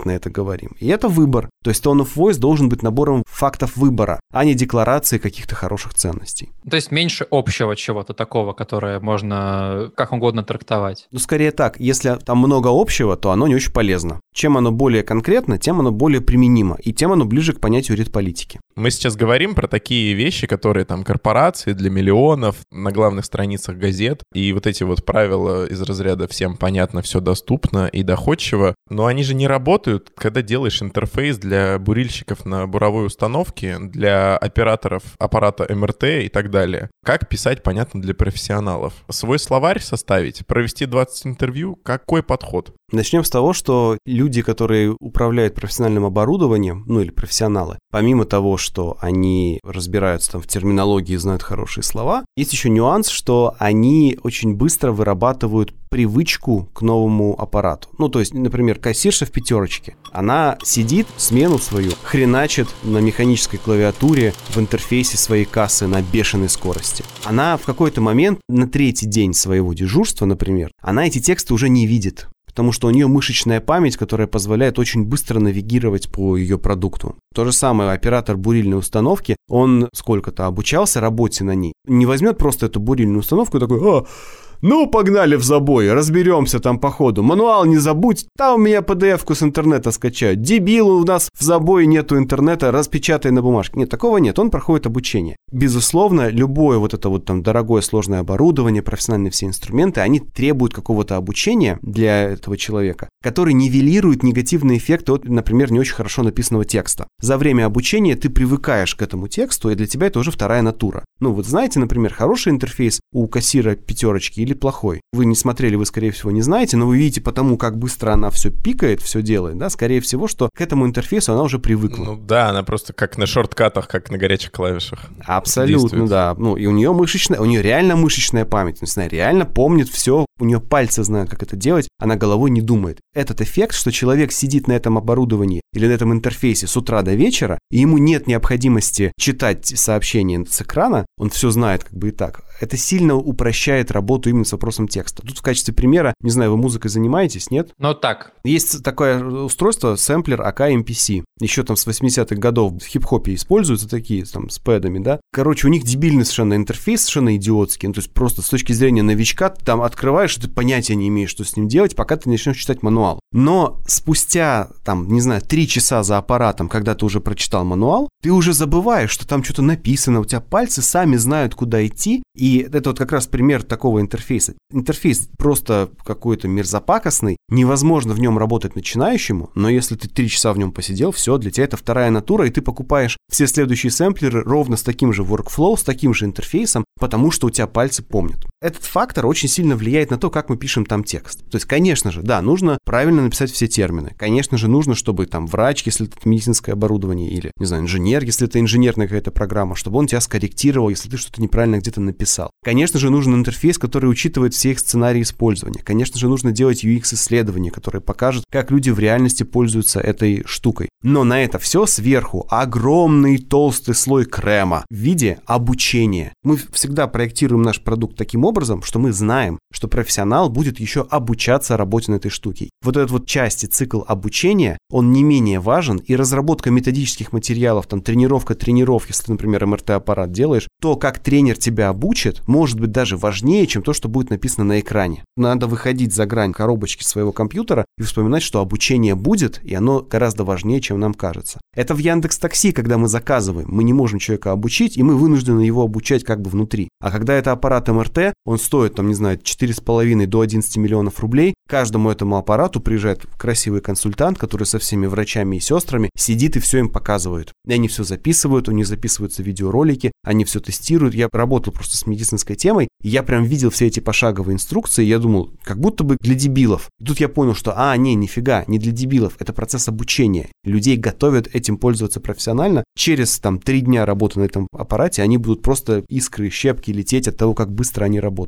конкретно это говорим. И это выбор. То есть tone of voice должен быть набором фактов выбора, а не декларации каких-то хороших ценностей. То есть меньше общего чего-то такого, которое можно как угодно трактовать. Ну, скорее так. Если там много общего, то оно не очень полезно. Чем оно более конкретно, тем оно более применимо, и тем оно ближе к понятию редполитики. Мы сейчас говорим про такие вещи, которые там корпорации для миллионов, на главных страницах газет, и вот эти вот правила из разряда «всем понятно, все доступно и доходчиво», но они же не работают, когда делаешь интерфейс для бурильщиков на буровой установке, для операторов аппарата эм эр тэ и так далее. Как писать понятно для профессионалов? Свой словарь составить? Провести двадцать интервью? Какой подход? Начнем с того, что люди, которые управляют профессиональным оборудованием, ну или профессионалы, помимо того, что они разбираются там в терминологии и знают хорошие слова, есть еще нюанс, что они очень быстро вырабатывают привычку к новому аппарату. Ну, то есть, например, кассирша в пятерочке. Она сидит, смену свою хреначит на механической клавиатуре в интерфейсе своей кассы на бешеной скорости. Она в какой-то момент, на третий день своего дежурства, например, она эти тексты уже не видит. Потому что у нее мышечная память, которая позволяет очень быстро навигировать по ее продукту. То же самое оператор бурильной установки, он сколько-то обучался работе на ней. Не возьмет просто эту бурильную установку и такой: «А, ну, погнали в забой, разберемся там по ходу. Мануал не забудь, там у меня пи ди эф-ку с интернета скачают. Дебил, у нас в забое нету интернета, распечатай на бумажке». Нет, такого нет, он проходит обучение. Безусловно, любое вот это вот там дорогое сложное оборудование, профессиональные все инструменты, они требуют какого-то обучения для этого человека, который нивелирует негативные эффекты от, например, не очень хорошо написанного текста. За время обучения ты привыкаешь к этому тексту, и для тебя это уже вторая натура. Ну вот знаете, например, хороший интерфейс у кассира пятерочки или плохой. Вы не смотрели, вы, скорее всего, не знаете, но вы видите по тому, как быстро она все пикает, все делает, да, скорее всего, что к этому интерфейсу она уже привыкла. Ну да, она просто как на шорткатах, как на горячих клавишах. Абсолютно, да. Ну и у нее мышечная, у нее реально мышечная память, то есть она реально помнит все, у нее пальцы знают, как это делать, она головой не думает. Этот эффект, что человек сидит на этом оборудовании или на этом интерфейсе с утра до вечера, и ему нет необходимости читать сообщения с экрана, он все знает как бы и так. Это сильно упрощает работу именно с вопросом текста. Тут в качестве примера, не знаю, вы музыкой занимаетесь, нет? Ну так. Есть такое устройство, сэмплер эй кей эм пи си. Еще там с восьмидесятых годов в хип-хопе используются такие, там, с пэдами, да. Короче, у них дебильный совершенно интерфейс, совершенно идиотский. Ну, то есть просто с точки зрения новичка ты там открываешь, и ты понятия не имеешь, что с ним делать, пока ты начнешь читать мануал. Но спустя, там, не знаю, три часа за аппаратом, когда ты уже прочитал мануал, ты уже забываешь, что там что-то написано, у тебя пальцы сами знают, куда идти, и это вот как раз пример такого интерфейса. Интерфейс просто какой-то мерзопакостный, невозможно в нем работать начинающему, но если ты три часа в нем посидел, все, для тебя это вторая натура, и ты покупаешь все следующие сэмплеры ровно с таким же workflow, с таким же интерфейсом, потому что у тебя пальцы помнят. Этот фактор очень сильно влияет на то, как мы пишем там текст. То есть, конечно же, да, нужно правильно написать все термины. Конечно же, нужно, чтобы там врач, если это медицинское оборудование, или, не знаю, инженер, если это инженерная какая-то программа, чтобы он тебя скорректировал, если ты что-то неправильно где-то написал. Конечно же, нужен интерфейс, который учитывает все их сценарии использования. Конечно же, нужно делать ю экс-исследования, которые покажут, как люди в реальности пользуются этой штукой. Но на это все сверху огромный толстый слой крема в виде обучения. Мы всегда проектируем наш продукт таким образом, что мы знаем, что профессионал будет еще обучаться работе на этой штуке. Вот этот вот часть и цикл обучения, он не менее важен, и разработка методических материалов, там тренировка тренеров, если ты, например, эм эр тэ-аппарат делаешь, то, как тренер тебя обучит, может быть даже важнее, чем то, что будет написано на экране. Надо выходить за грань коробочки своего компьютера и вспоминать, что обучение будет, и оно гораздо важнее, чем нам кажется. Это в Яндекс.Такси, когда мы заказываем, мы не можем человека обучить, и мы вынуждены его обучать как бы внутри. А когда это аппарат эм эр тэ, он стоит, там, не знаю, четыре с половиной до одиннадцати миллионов рублей, каждому этому аппарату приезжает красивый консультант, который со всеми врачами и сестрами сидит и все им показывает. И они все записывают, у них записываются видеоролики, они все тестируют. Я работал просто с медицинской темой, и я прям видел все эти пошаговые инструкции, и я думал, как будто бы для дебилов. И тут я понял, что, а, не, нифига, не для дебилов, это процесс обучения. Людей готовят этим пользоваться профессионально. Через, там, три дня работы на этом аппарате они будут просто искры, щепки лететь от того, как быстро они работают.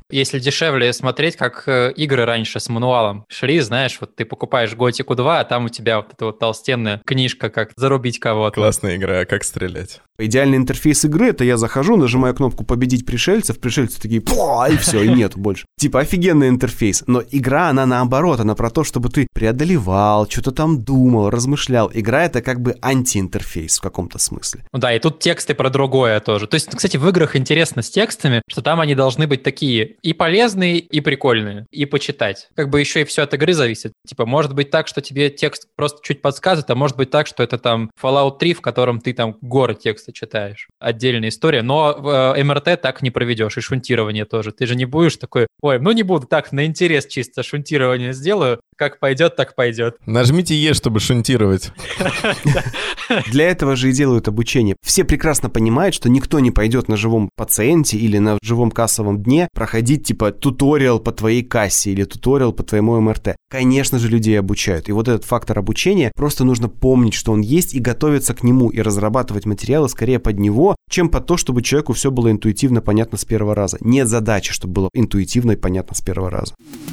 Если дешевле смотреть, как игры раньше с мануалом шли, знаешь, вот ты покупаешь Готику два, а там у тебя вот эта вот толстенная книжка, как зарубить кого-то. Классная игра, как стрелять. Идеальный интерфейс игры — это я захожу, нажимаю кнопку «Победить пришельцев», пришельцы такие «Пуа!» и все, и нету больше. Типа офигенный интерфейс. Но игра, она наоборот, она про то, чтобы ты преодолевал, что-то там думал, размышлял. Игра — это как бы антиинтерфейс в каком-то смысле. Ну да, и тут тексты про другое тоже. То есть, кстати, в играх интересно с текстами, что там они должны быть такие и полезные, и прикольные, и почитать. Как бы еще и все от игры зависит. Типа, может быть так, что тебе текст просто чуть подсказывает, а может быть так, что это там Fallout три, в котором ты там горы текста читаешь. Отдельная история. Но в эм эр тэ так не проведешь, и шунтирование тоже. Ты же не будешь такой, ой, ну не буду, так, на интерес чисто шунтирование сделаю, как пойдет, так пойдет. Нажмите Е, чтобы шунтировать. Для этого же и делают обучение. Все прекрасно понимают, что никто не пойдет на живом пациенте или на живом кассовом дне проходить типа туториал по твоей кассе или туториал по твоему эм эр тэ. Конечно же, людей обучают. И вот этот фактор обучения, просто нужно помнить, что он есть, и готовиться к нему, и разрабатывать материалы скорее под него, чем под то, чтобы человеку все было интуитивно понятно с первого раза. Нет задачи, чтобы было интуитивно и понятно с первого раза.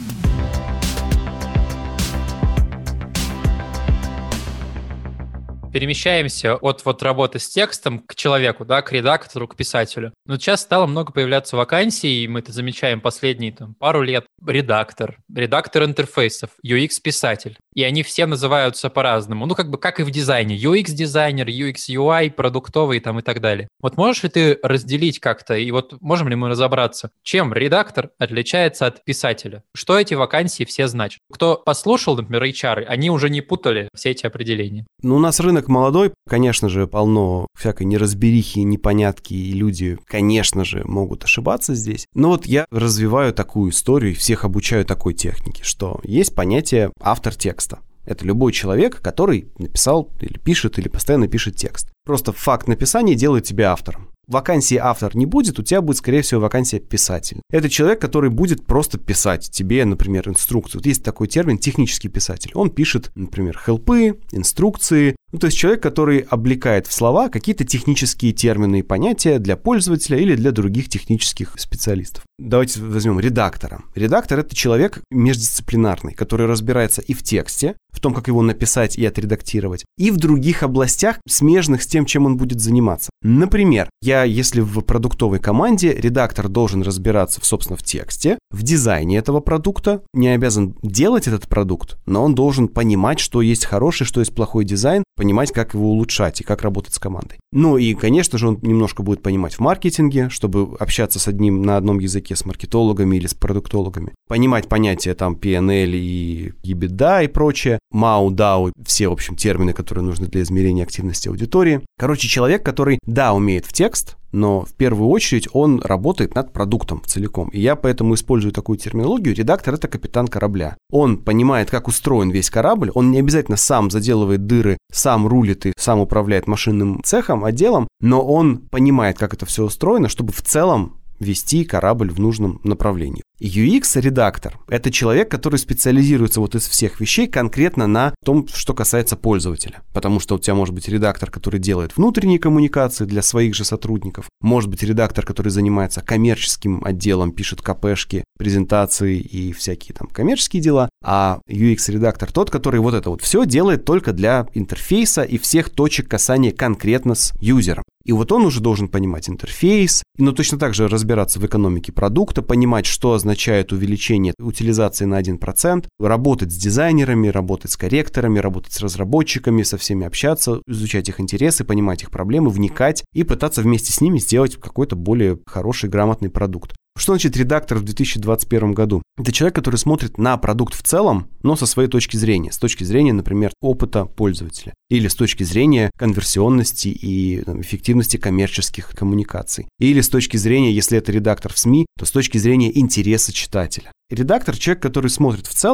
Перемещаемся от вот работы с текстом к человеку, да, к редактору, к писателю. Но сейчас стало много появляться вакансий, и мы это замечаем последние там, пару лет. Редактор, редактор интерфейсов, ю экс-писатель. И они все называются по-разному. Ну, как бы, как и в дизайне. ю экс-дизайнер, ю экс-ю ай, продуктовый там и так далее. Вот можешь ли ты разделить как-то, и вот можем ли мы разобраться, чем редактор отличается от писателя? Что эти вакансии все значат? Кто послушал, например, эйч ар, они уже не путали все эти определения. Ну, у нас рынок молодой, конечно же, полно всякой неразберихи, непонятки, и люди, конечно же, могут ошибаться здесь. Но вот я развиваю такую историю и всех обучаю такой технике, что есть понятие автор текста. Это любой человек, который написал или пишет, или постоянно пишет текст. Просто факт написания делает тебя автором. Вакансии автор не будет, у тебя будет, скорее всего, вакансия писатель. Это человек, который будет просто писать тебе, например, инструкцию. Вот есть такой термин технический писатель. Он пишет, например, хелпы, инструкции. Ну, то есть человек, который облекает в слова какие-то технические термины и понятия для пользователя или для других технических специалистов. Давайте возьмем редактора. Редактор — это человек междисциплинарный, который разбирается и в тексте, в том, как его написать и отредактировать, и в других областях, смежных с тем, чем он будет заниматься. Например, я, если в продуктовой команде, редактор должен разбираться, в, собственно, в тексте, в дизайне этого продукта, не обязан делать этот продукт, но он должен понимать, что есть хороший, что есть плохой дизайн, понимать, как его улучшать и как работать с командой. Ну и, конечно же, он немножко будет понимать в маркетинге, чтобы общаться с одним на одном языке с маркетологами или с продуктологами. Понимать понятия там пи эн эл и EBITDA и прочее. мау, дао, все, в общем, термины, которые нужны для измерения активности аудитории. Короче, человек, который, да, умеет в текст, но в первую очередь он работает над продуктом целиком. И я поэтому использую такую терминологию. Редактор — это капитан корабля. Он понимает, как устроен весь корабль. Он не обязательно сам заделывает дыры, сам рулит и сам управляет машинным цехом, отделом, но он понимает, как это все устроено, чтобы в целом вести корабль в нужном направлении. ю экс-редактор — это человек, который специализируется вот из всех вещей конкретно на том, что касается пользователя. Потому что у тебя может быть редактор, который делает внутренние коммуникации для своих же сотрудников. Может быть редактор, который занимается коммерческим отделом, пишет КПшки, презентации и всякие там коммерческие дела. А ю экс-редактор тот, который вот это вот все делает только для интерфейса и всех точек касания конкретно с юзером. И вот он уже должен понимать интерфейс, но точно так же разбираться в экономике продукта, понимать, что означает увеличение утилизации на один процент, работать с дизайнерами, работать с корректорами, работать с разработчиками, со всеми общаться, изучать их интересы, понимать их проблемы, вникать и пытаться вместе с ними сделать какой-то более хороший, грамотный продукт. Что значит редактор в две тысячи двадцать первом году? Это человек, который смотрит на продукт в целом, но со своей точки зрения. С точки зрения, например, опыта пользователя. Или с точки зрения конверсионности и там, эффективности коммерческих коммуникаций. Или с точки зрения, если это редактор в СМИ, то с точки зрения интереса читателя. Редактор — человек, который смотрит в целом,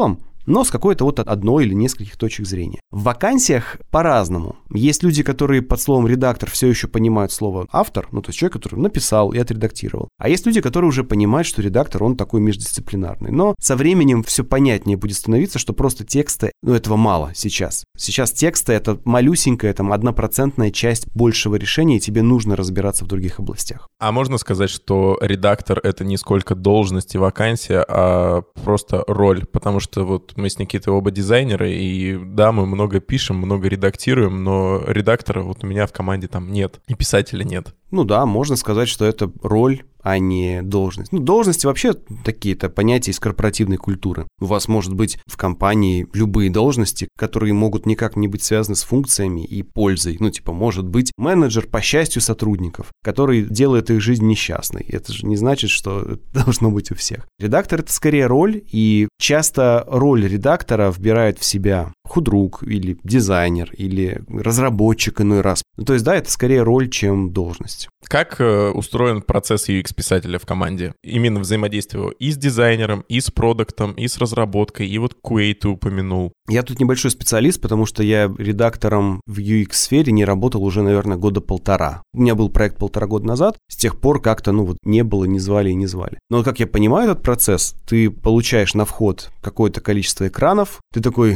но с какой-то вот одной или нескольких точек зрения. В вакансиях по-разному. Есть люди, которые под словом «редактор» все еще понимают слово «автор», ну, то есть человек, который написал и отредактировал. А есть люди, которые уже понимают, что редактор, он такой междисциплинарный. Но со временем все понятнее будет становиться, что просто текста, ну, этого мало сейчас. Сейчас тексты — это малюсенькая, там, однопроцентная часть большего решения, и тебе нужно разбираться в других областях. А можно сказать, что редактор — это не сколько должность и вакансия, а просто роль? Потому что вот мы с Никитой оба дизайнеры, и да, мы много пишем, много редактируем, но редактора вот у меня в команде там нет, и писателя нет. Ну да, можно сказать, что это роль, а не должность. Ну, должности вообще такие-то понятия из корпоративной культуры. У вас может быть в компании любые должности, которые могут никак не быть связаны с функциями и пользой. Ну, типа, может быть менеджер по счастью сотрудников, который делает их жизнь несчастной. Это же не значит, что это должно быть у всех. Редактор — это скорее роль, и часто роль редактора вбирает в себя худрук или дизайнер, или разработчик иной раз. Ну, то есть, да, это скорее роль, чем должность. Как э, устроен процесс ю экс-писателя в команде? Именно взаимодействие и с дизайнером, и с продуктом, и с разработкой, и вот кью эй ты упомянул. Я тут небольшой специалист, потому что я редактором в ю экс-сфере не работал уже, наверное, года полтора. У меня был проект полтора года назад, с тех пор как-то, ну вот, не было, не звали и не звали. Но как я понимаю этот процесс, ты получаешь на вход какое-то количество экранов, ты такой...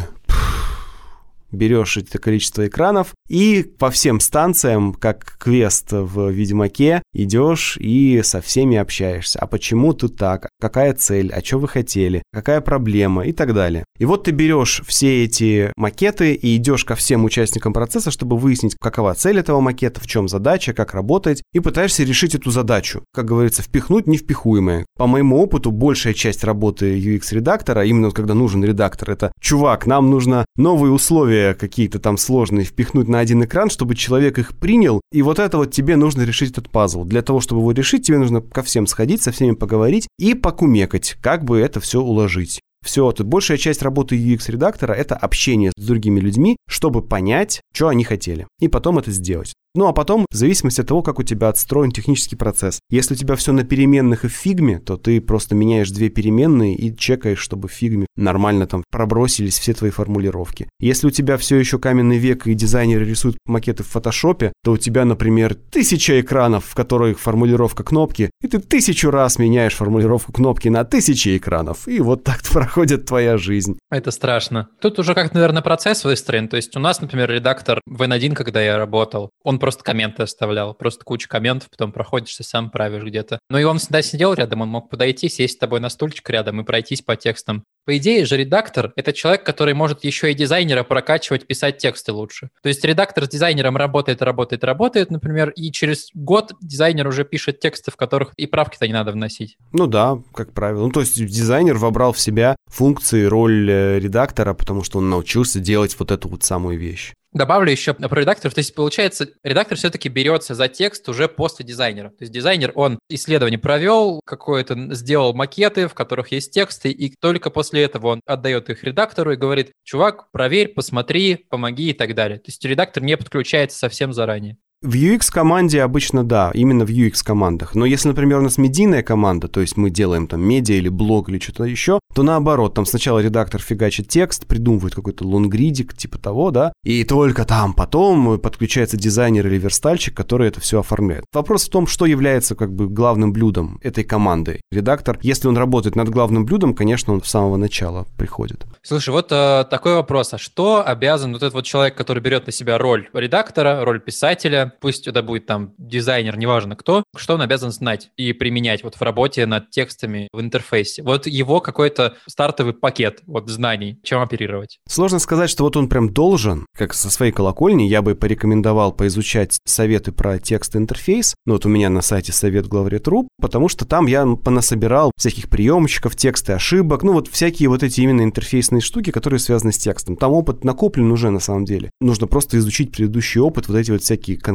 берешь это количество экранов и по всем станциям, как квест в Ведьмаке, идешь и со всеми общаешься. А почему тут так? Какая цель? А что вы хотели? Какая проблема? И так далее. И вот ты берешь все эти макеты и идешь ко всем участникам процесса, чтобы выяснить, какова цель этого макета, в чем задача, как работать, и пытаешься решить эту задачу. Как говорится, впихнуть невпихуемое. По моему опыту, большая часть работы ю экс-редактора, именно когда нужен редактор, это «чувак, нам нужно новые условия какие-то там сложные впихнуть на один экран, чтобы человек их принял, и вот это вот тебе нужно решить этот пазл. Для того, чтобы его решить, тебе нужно ко всем сходить, со всеми поговорить и покумекать, как бы это все уложить. Все, тут большая часть работы ю экс-редактора — это общение с другими людьми, чтобы понять, что они хотели, и потом это сделать. Ну, а потом, в зависимости от того, как у тебя отстроен технический процесс. Если у тебя все на переменных и в фигме, то ты просто меняешь две переменные и чекаешь, чтобы в фигме нормально там пробросились все твои формулировки. Если у тебя все еще каменный век и дизайнеры рисуют макеты в фотошопе, то у тебя, например, тысяча экранов, в которых формулировка кнопки, и ты тысячу раз меняешь формулировку кнопки на тысячи экранов, и вот так проходит твоя жизнь. Это страшно. Тут уже как, наверное, процесс выстроен. То есть у нас, например, редактор в эн один, когда я работал, он просто комменты оставлял, просто кучу комментов, потом проходишься, сам правишь где-то. Но и он всегда сидел рядом, он мог подойти, сесть с тобой на стульчик рядом и пройтись по текстам. По идее же редактор — это человек, который может еще и дизайнера прокачивать, писать тексты лучше. То есть редактор с дизайнером работает, работает, работает, например, и через год дизайнер уже пишет тексты, в которых и правки-то не надо вносить. Ну да, как правило. Ну то есть дизайнер вобрал в себя функции, роль редактора, потому что он научился делать вот эту вот самую вещь. Добавлю еще про редакторов. То есть, получается, редактор все-таки берется за текст уже после дизайнера. То есть дизайнер, он исследование провел, какое-то сделал макеты, в которых есть тексты, и только после этого он отдает их редактору и говорит: чувак, проверь, посмотри, помоги и так далее. То есть редактор не подключается совсем заранее. В ю экс-команде обычно да, именно в ю экс-командах. Но если, например, у нас медийная команда, то есть мы делаем там медиа или блог или что-то еще, то наоборот, там сначала редактор фигачит текст, придумывает какой-то лонгридик, типа того, да, и только там потом подключается дизайнер или верстальщик, который это все оформляет. Вопрос в том, что является как бы главным блюдом этой команды. Редактор, если он работает над главным блюдом, конечно, он с самого начала приходит. Слушай, вот э, такой вопрос. А что обязан вот этот вот человек, который берет на себя роль редактора, роль писателя, пусть это будет там дизайнер, неважно кто, что он обязан знать и применять вот в работе над текстами в интерфейсе? Вот его какой-то стартовый пакет вот знаний, чем оперировать? Сложно сказать, что вот он прям должен, как со своей колокольни, я бы порекомендовал поизучать советы про текст-интерфейс. Ну вот у меня на сайте совет главред точка ру, потому что там я понасобирал всяких приемчиков, тексты ошибок, ну вот всякие вот эти именно интерфейсные штуки, которые связаны с текстом. Там опыт накоплен уже на самом деле. Нужно просто изучить предыдущий опыт, вот эти вот всякие конкретные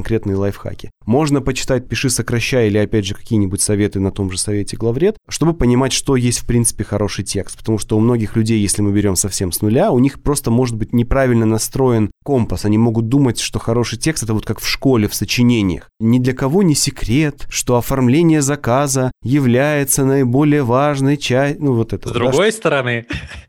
конкретные лайфхаки. Можно почитать «Пиши, сокращай» или, опять же, какие-нибудь советы на том же совете «Главред», чтобы понимать, что есть, в принципе, хороший текст. Потому что у многих людей, если мы берем совсем с нуля, у них просто может быть неправильно настроен компас. Они могут думать, что хороший текст — это вот как в школе, в сочинениях. Ни для кого не секрет, что оформление заказа является наиболее важной частью. Ну, вот это. С другой стороны...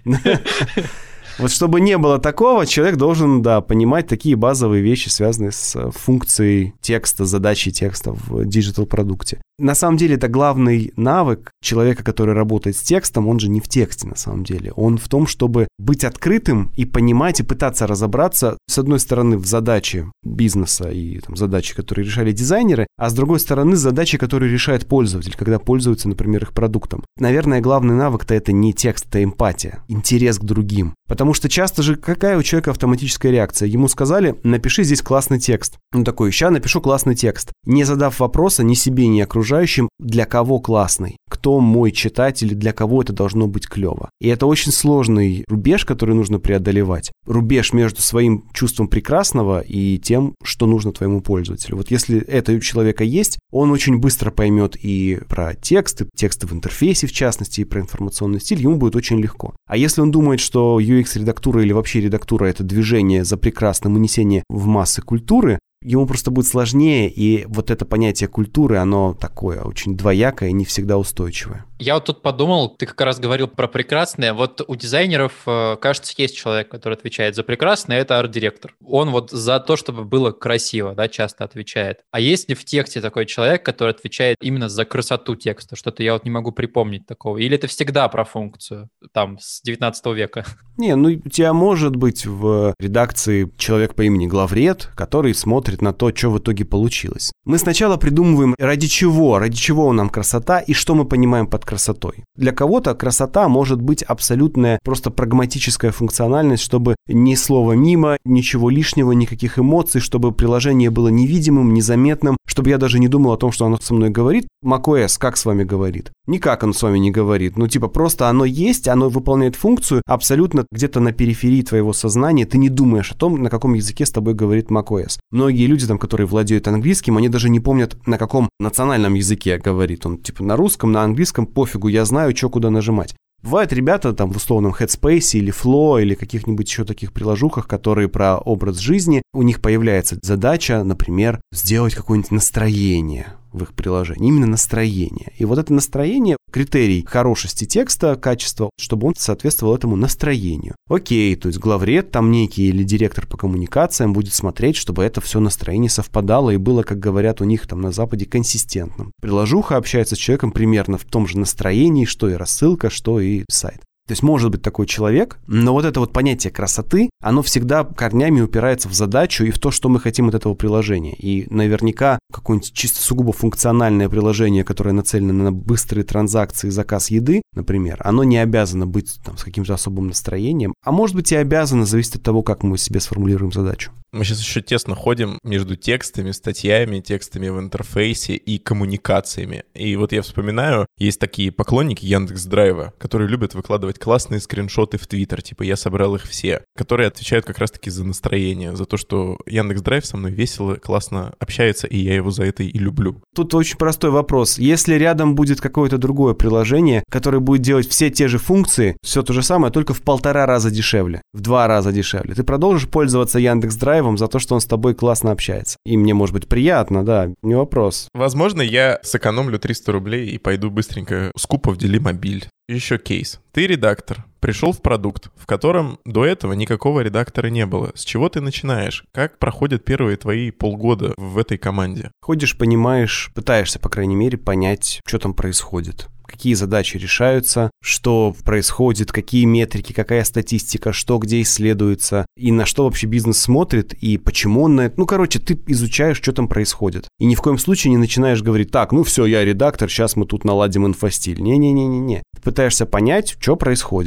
Вот чтобы не было такого, человек должен, да, понимать такие базовые вещи, связанные с функцией текста, задачей текста в диджитал-продукте. На самом деле это главный навык человека, который работает с текстом, он же не в тексте на самом деле. Он в том, чтобы быть открытым и понимать, и пытаться разобраться, с одной стороны, в задаче бизнеса и там, задачи, которые решали дизайнеры, а с другой стороны, задачи, которые решает пользователь, когда пользуется, например, их продуктом. Наверное, главный навык-то это не текст, это эмпатия, интерес к другим. Потому что часто же какая у человека автоматическая реакция? Ему сказали, напиши здесь классный текст. Он такой, ща напишу классный текст. Не задав вопроса ни себе, ни окружающим, для кого классный, кто мой читатель, для кого это должно быть клево. И это очень сложный рубеж, который нужно преодолевать. Рубеж между своим чувством прекрасного и тем, что нужно твоему пользователю. Вот если это у человека есть, он очень быстро поймет и про тексты, тексты в интерфейсе в частности, и про информационный стиль, ему будет очень легко. А если он думает, что ю экс-редактура или вообще редактура — это движение за прекрасным унесение в массы культуры, ему просто будет сложнее, и вот это понятие культуры, оно такое очень двоякое и не всегда устойчивое. Я вот тут подумал, ты как раз говорил про прекрасное. Вот у дизайнеров, кажется, есть человек, который отвечает за прекрасное, это арт-директор. Он вот за то, чтобы было красиво, да, часто отвечает. А есть ли в тексте такой человек, который отвечает именно за красоту текста? Что-то я вот не могу припомнить такого. Или это всегда про функцию, там, с девятнадцатого века? Не, ну у тебя может быть в редакции человек по имени Главред, который смотрит на то, что в итоге получилось. Мы сначала придумываем, ради чего, ради чего нам красота и что мы понимаем под красотой. Для кого-то красота может быть абсолютная просто прагматическая функциональность, чтобы ни слова мимо, ничего лишнего, никаких эмоций, чтобы приложение было невидимым, незаметным, чтобы я даже не думал о том, что оно со мной говорит. macOS как с вами говорит? Никак он с вами не говорит. Ну, типа, просто оно есть, оно выполняет функцию абсолютно где-то на периферии твоего сознания. Ты не думаешь о том, на каком языке с тобой говорит macOS. Многие люди, там, которые владеют английским, они даже не помнят, на каком национальном языке говорит. Он, типа, на русском, на английском, пофигу, я знаю, что куда нажимать. Бывают ребята там в условном Headspace или Flow или каких-нибудь еще таких приложухах, которые про образ жизни. У них появляется задача, например, сделать какое-нибудь настроение в их приложении. Именно настроение. И вот это настроение — критерий хорошести текста, качества, чтобы он соответствовал этому настроению. Окей, то есть главред там некий или директор по коммуникациям будет смотреть, чтобы это все настроение совпадало и было, как говорят у них там на Западе, консистентным. Приложуха общается с человеком примерно в том же настроении, что и рассылка, что и сайт. То есть может быть такой человек, но вот это вот понятие красоты, оно всегда корнями упирается в задачу и в то, что мы хотим от этого приложения. И наверняка какое-нибудь чисто сугубо функциональное приложение, которое нацелено на быстрые транзакции, заказ еды, например, оно не обязано быть там с каким-то особым настроением, а может быть и обязано, зависит от того, как мы себе сформулируем задачу. Мы сейчас еще тесно ходим между текстами, статьями, текстами в интерфейсе и коммуникациями. И вот я вспоминаю, есть такие поклонники Яндекс.Драйва, которые любят выкладывать классные скриншоты в Твиттер, типа «я собрал их все», которые отвечают как раз-таки за настроение, за то, что Яндекс.Драйв со мной весело, классно общается, и я его за это и люблю. Тут очень простой вопрос. Если рядом будет какое-то другое приложение, которое будет делать все те же функции, все то же самое, только в полтора раза дешевле, в два раза дешевле, ты продолжишь пользоваться Яндекс.Драйв за то, что он с тобой классно общается. И мне может быть приятно, да, не вопрос. Возможно, я сэкономлю триста рублей и пойду быстренько скупо в Делимобиль. Еще кейс. Ты редактор, пришел в продукт, в котором до этого никакого редактора не было. С чего ты начинаешь? Как проходят первые твои полгода в этой команде? Ходишь, понимаешь, пытаешься, по крайней мере, понять, что там происходит. Какие задачи решаются, что происходит, какие метрики, какая статистика, что где исследуется, и на что вообще бизнес смотрит, и почему он на это... Ну, короче, ты изучаешь, что там происходит. И ни в коем случае не начинаешь говорить, так, ну все, я редактор, сейчас мы тут наладим инфостиль. Не-не-не-не-не. Ты пытаешься понять, что происходит.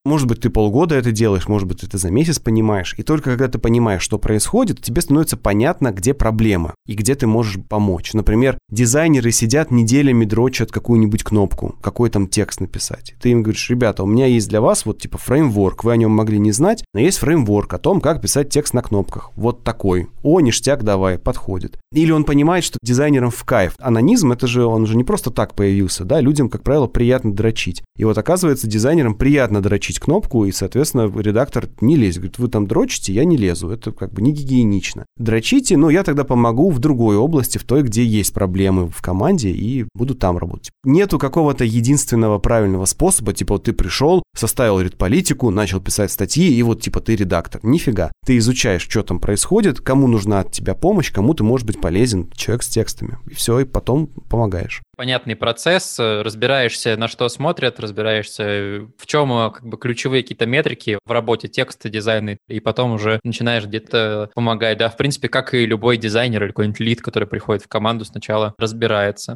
Может быть, ты полгода это делаешь, может быть, ты это за месяц понимаешь. И только когда ты понимаешь, что происходит, тебе становится понятно, где проблема и где ты можешь помочь. Например, дизайнеры сидят неделями, дрочат какую-нибудь кнопку, какой там текст написать. Ты им говоришь: ребята, у меня есть для вас вот типа фреймворк, вы о нем могли не знать, но есть фреймворк о том, как писать текст на кнопках. Вот такой. О, ништяк, давай, подходит. Или он понимает, что дизайнерам в кайф. Анонизм, это же, он же не просто так появился, да, людям, как правило, приятно дрочить. И вот оказывается, дизайнерам приятно дрочить кнопку, и, соответственно, редактор не лезет. Говорит: вы там дрочите, я не лезу. Это как бы не гигиенично. Дрочите, но я тогда помогу в другой области, в той, где есть проблемы в команде, и буду там работать. Нету какого-то единственного правильного способа, типа вот ты пришел, составил редполитику, начал писать статьи, и вот типа ты редактор. Нифига. Ты изучаешь, что там происходит, кому нужна от тебя помощь, кому ты можешь быть полезен, человек с текстами. И все, и потом помогаешь. Понятный процесс, разбираешься, на что смотрят, разбираешься, в чем как бы ключевые какие-то метрики в работе текста, дизайна, и потом уже начинаешь где-то помогать. Да, в принципе, как и любой дизайнер или какой-нибудь лид, который приходит в команду, сначала разбирается.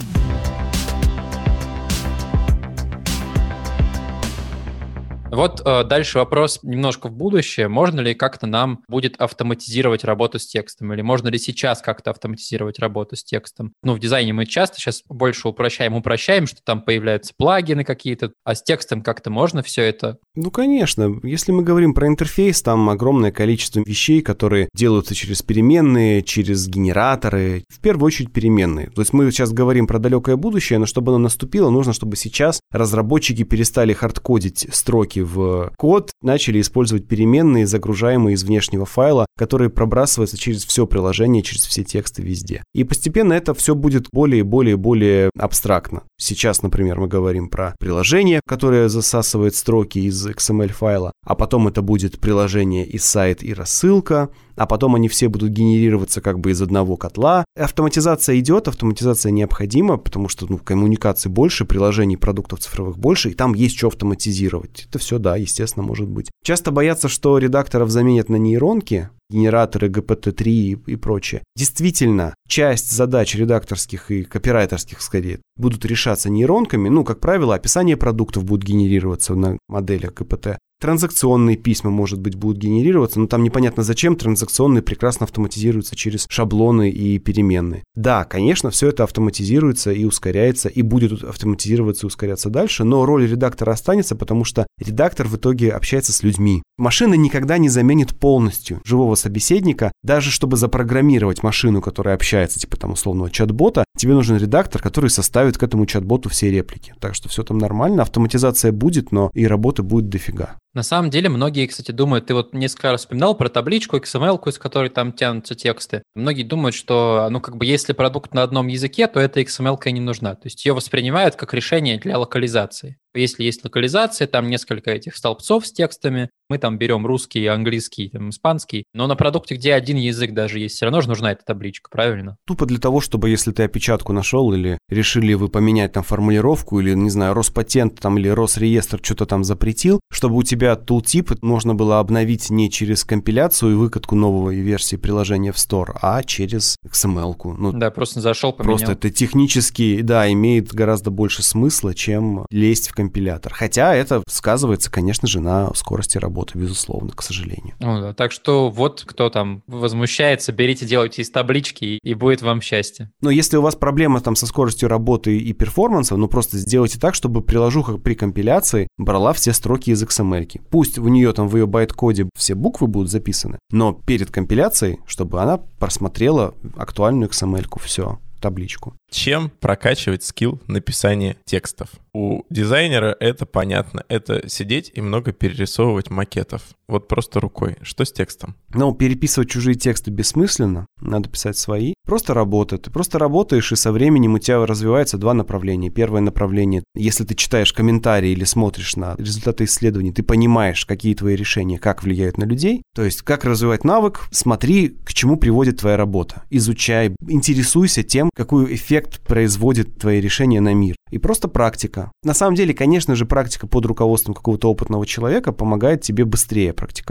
Вот э, дальше вопрос немножко в будущее. Можно ли как-то нам будет автоматизировать работу с текстом? Или можно ли сейчас как-то автоматизировать работу с текстом? Ну, в дизайне мы часто сейчас больше упрощаем, упрощаем, что там появляются плагины какие-то, а с текстом как-то можно все это? Ну, конечно. Если мы говорим про интерфейс, там огромное количество вещей, которые делаются через переменные, через генераторы. В первую очередь переменные. То есть мы сейчас говорим про далекое будущее, но чтобы оно наступило, нужно, чтобы сейчас разработчики перестали хардкодить строки в код, начали использовать переменные, загружаемые из внешнего файла, которые пробрасываются через все приложение, через все тексты везде. И постепенно это все будет более и более и более абстрактно. Сейчас, например, мы говорим про приложение, которое засасывает строки из икс эм эль-файла, а потом это будет приложение и сайт, и рассылка, а потом они все будут генерироваться как бы из одного котла. Автоматизация идет, автоматизация необходима, потому что ну, коммуникаций больше, приложений, продуктов цифровых больше, и там есть что автоматизировать. Это все, да, естественно, может быть. Часто боятся, что редакторов заменят на нейронки, генераторы джи пи ти три и, и прочее. Действительно, часть задач редакторских и копирайтерских, скорее, будут решаться нейронками. Ну, как правило, описание продуктов будут генерироваться на моделях джи пи ти. Транзакционные письма, может быть, будут генерироваться, но там непонятно зачем. Транзакционные прекрасно автоматизируются через шаблоны и переменные. Да, конечно, все это автоматизируется и ускоряется, и будет автоматизироваться и ускоряться дальше, но роль редактора останется, потому что редактор в итоге общается с людьми. Машина никогда не заменит полностью живого собеседника. Даже чтобы запрограммировать машину, которая общается, типа там условного чат-бота, тебе нужен редактор, который составит к этому чат-боту все реплики. Так что все там нормально, автоматизация будет, но и работы будет дофига. На самом деле, многие, кстати, думают, ты вот несколько раз вспоминал про табличку икс эм эль, из которой там тянутся тексты. Многие думают, что, ну, как бы, если продукт на одном языке, то эта икс эм эль-ка не нужна. То есть ее воспринимают как решение для локализации. Если есть локализация, там несколько этих столбцов с текстами, мы там берем русский, английский, там, испанский, но на продукте, где один язык даже есть, все равно же нужна эта табличка, правильно? Тупо для того, чтобы, если ты опечатку нашел или решили вы поменять там формулировку, или, не знаю, Роспатент там или Росреестр что-то там запретил, чтобы у тебя tooltip можно было обновить не через компиляцию и выкатку новой версии приложения в Store, а через икс эм эль-ку. Ну, да, просто зашел, поменял. Просто это технически, да, имеет гораздо больше смысла, чем лезть в компилятор. Хотя это сказывается, конечно же, на скорости работы, безусловно, к сожалению. Ну, да. Так что вот кто там возмущается, берите, делайте из таблички, и будет вам счастье. Но если у вас проблема там со скоростью работы и перформансом, ну просто сделайте так, чтобы приложуха при компиляции брала все строки из икс эм эль-ки. Пусть у нее там в ее байт-коде все буквы будут записаны, но перед компиляцией, чтобы она просмотрела актуальную икс эм эль-ку, все, табличку. Чем прокачивать скилл написания текстов? У дизайнера это понятно. Это сидеть и много перерисовывать макетов. Вот просто рукой. Что с текстом? Ну, переписывать чужие тексты бессмысленно. Надо писать свои. Просто работа. Ты просто работаешь, и со временем у тебя развивается два направления. Первое направление, если ты читаешь комментарии или смотришь на результаты исследований, ты понимаешь, какие твои решения, как влияют на людей. То есть, как развивать навык, смотри, к чему приводит твоя работа. Изучай, интересуйся тем, какой эффект производит твои решения на мир. И просто практика. На самом деле, конечно же, практика под руководством какого-то опытного человека помогает тебе быстрее практиковаться.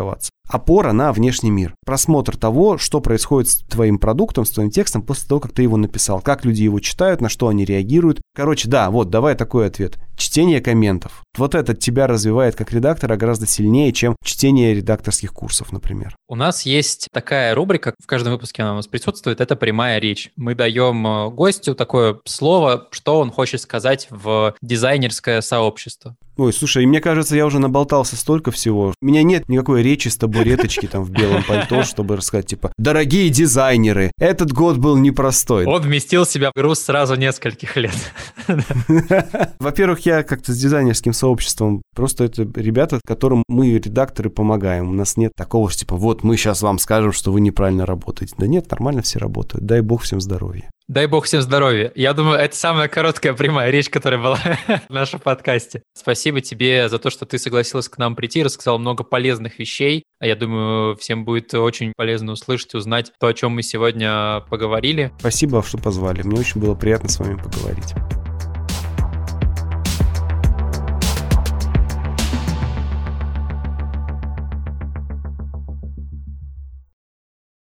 опора на внешний мир. Просмотр того, что происходит с твоим продуктом, с твоим текстом после того, как ты его написал, как люди его читают, на что они реагируют. Короче, да, вот, давай такой ответ. Чтение комментов. Вот это тебя развивает как редактора гораздо сильнее, чем чтение редакторских курсов, например. У нас есть такая рубрика, в каждом выпуске она у нас присутствует, это прямая речь. Мы даем гостю такое слово, что он хочет сказать в дизайнерское сообщество. Ой, слушай, мне кажется, я уже наболтался столько всего. У меня нет никакой речи с табуреточки там в белом пальто, чтобы рассказать, типа, дорогие дизайнеры, этот год был непростой. Он вместил в себя груз сразу нескольких лет. Во-первых, я как-то с дизайнерским сообществом, просто это ребята, которым мы, редакторы, помогаем. У нас нет такого, что типа, вот мы сейчас вам скажем, что вы неправильно работаете. Да нет, нормально все работают. Дай бог всем здоровья. Дай бог всем здоровья. Я думаю, это самая короткая прямая речь, которая была в нашем подкасте. Спасибо тебе за то, что ты согласилась к нам прийти, рассказал много полезных вещей. А я думаю, всем будет очень полезно услышать, узнать то, о чем мы сегодня поговорили. Спасибо, что позвали. Мне очень было приятно с вами поговорить.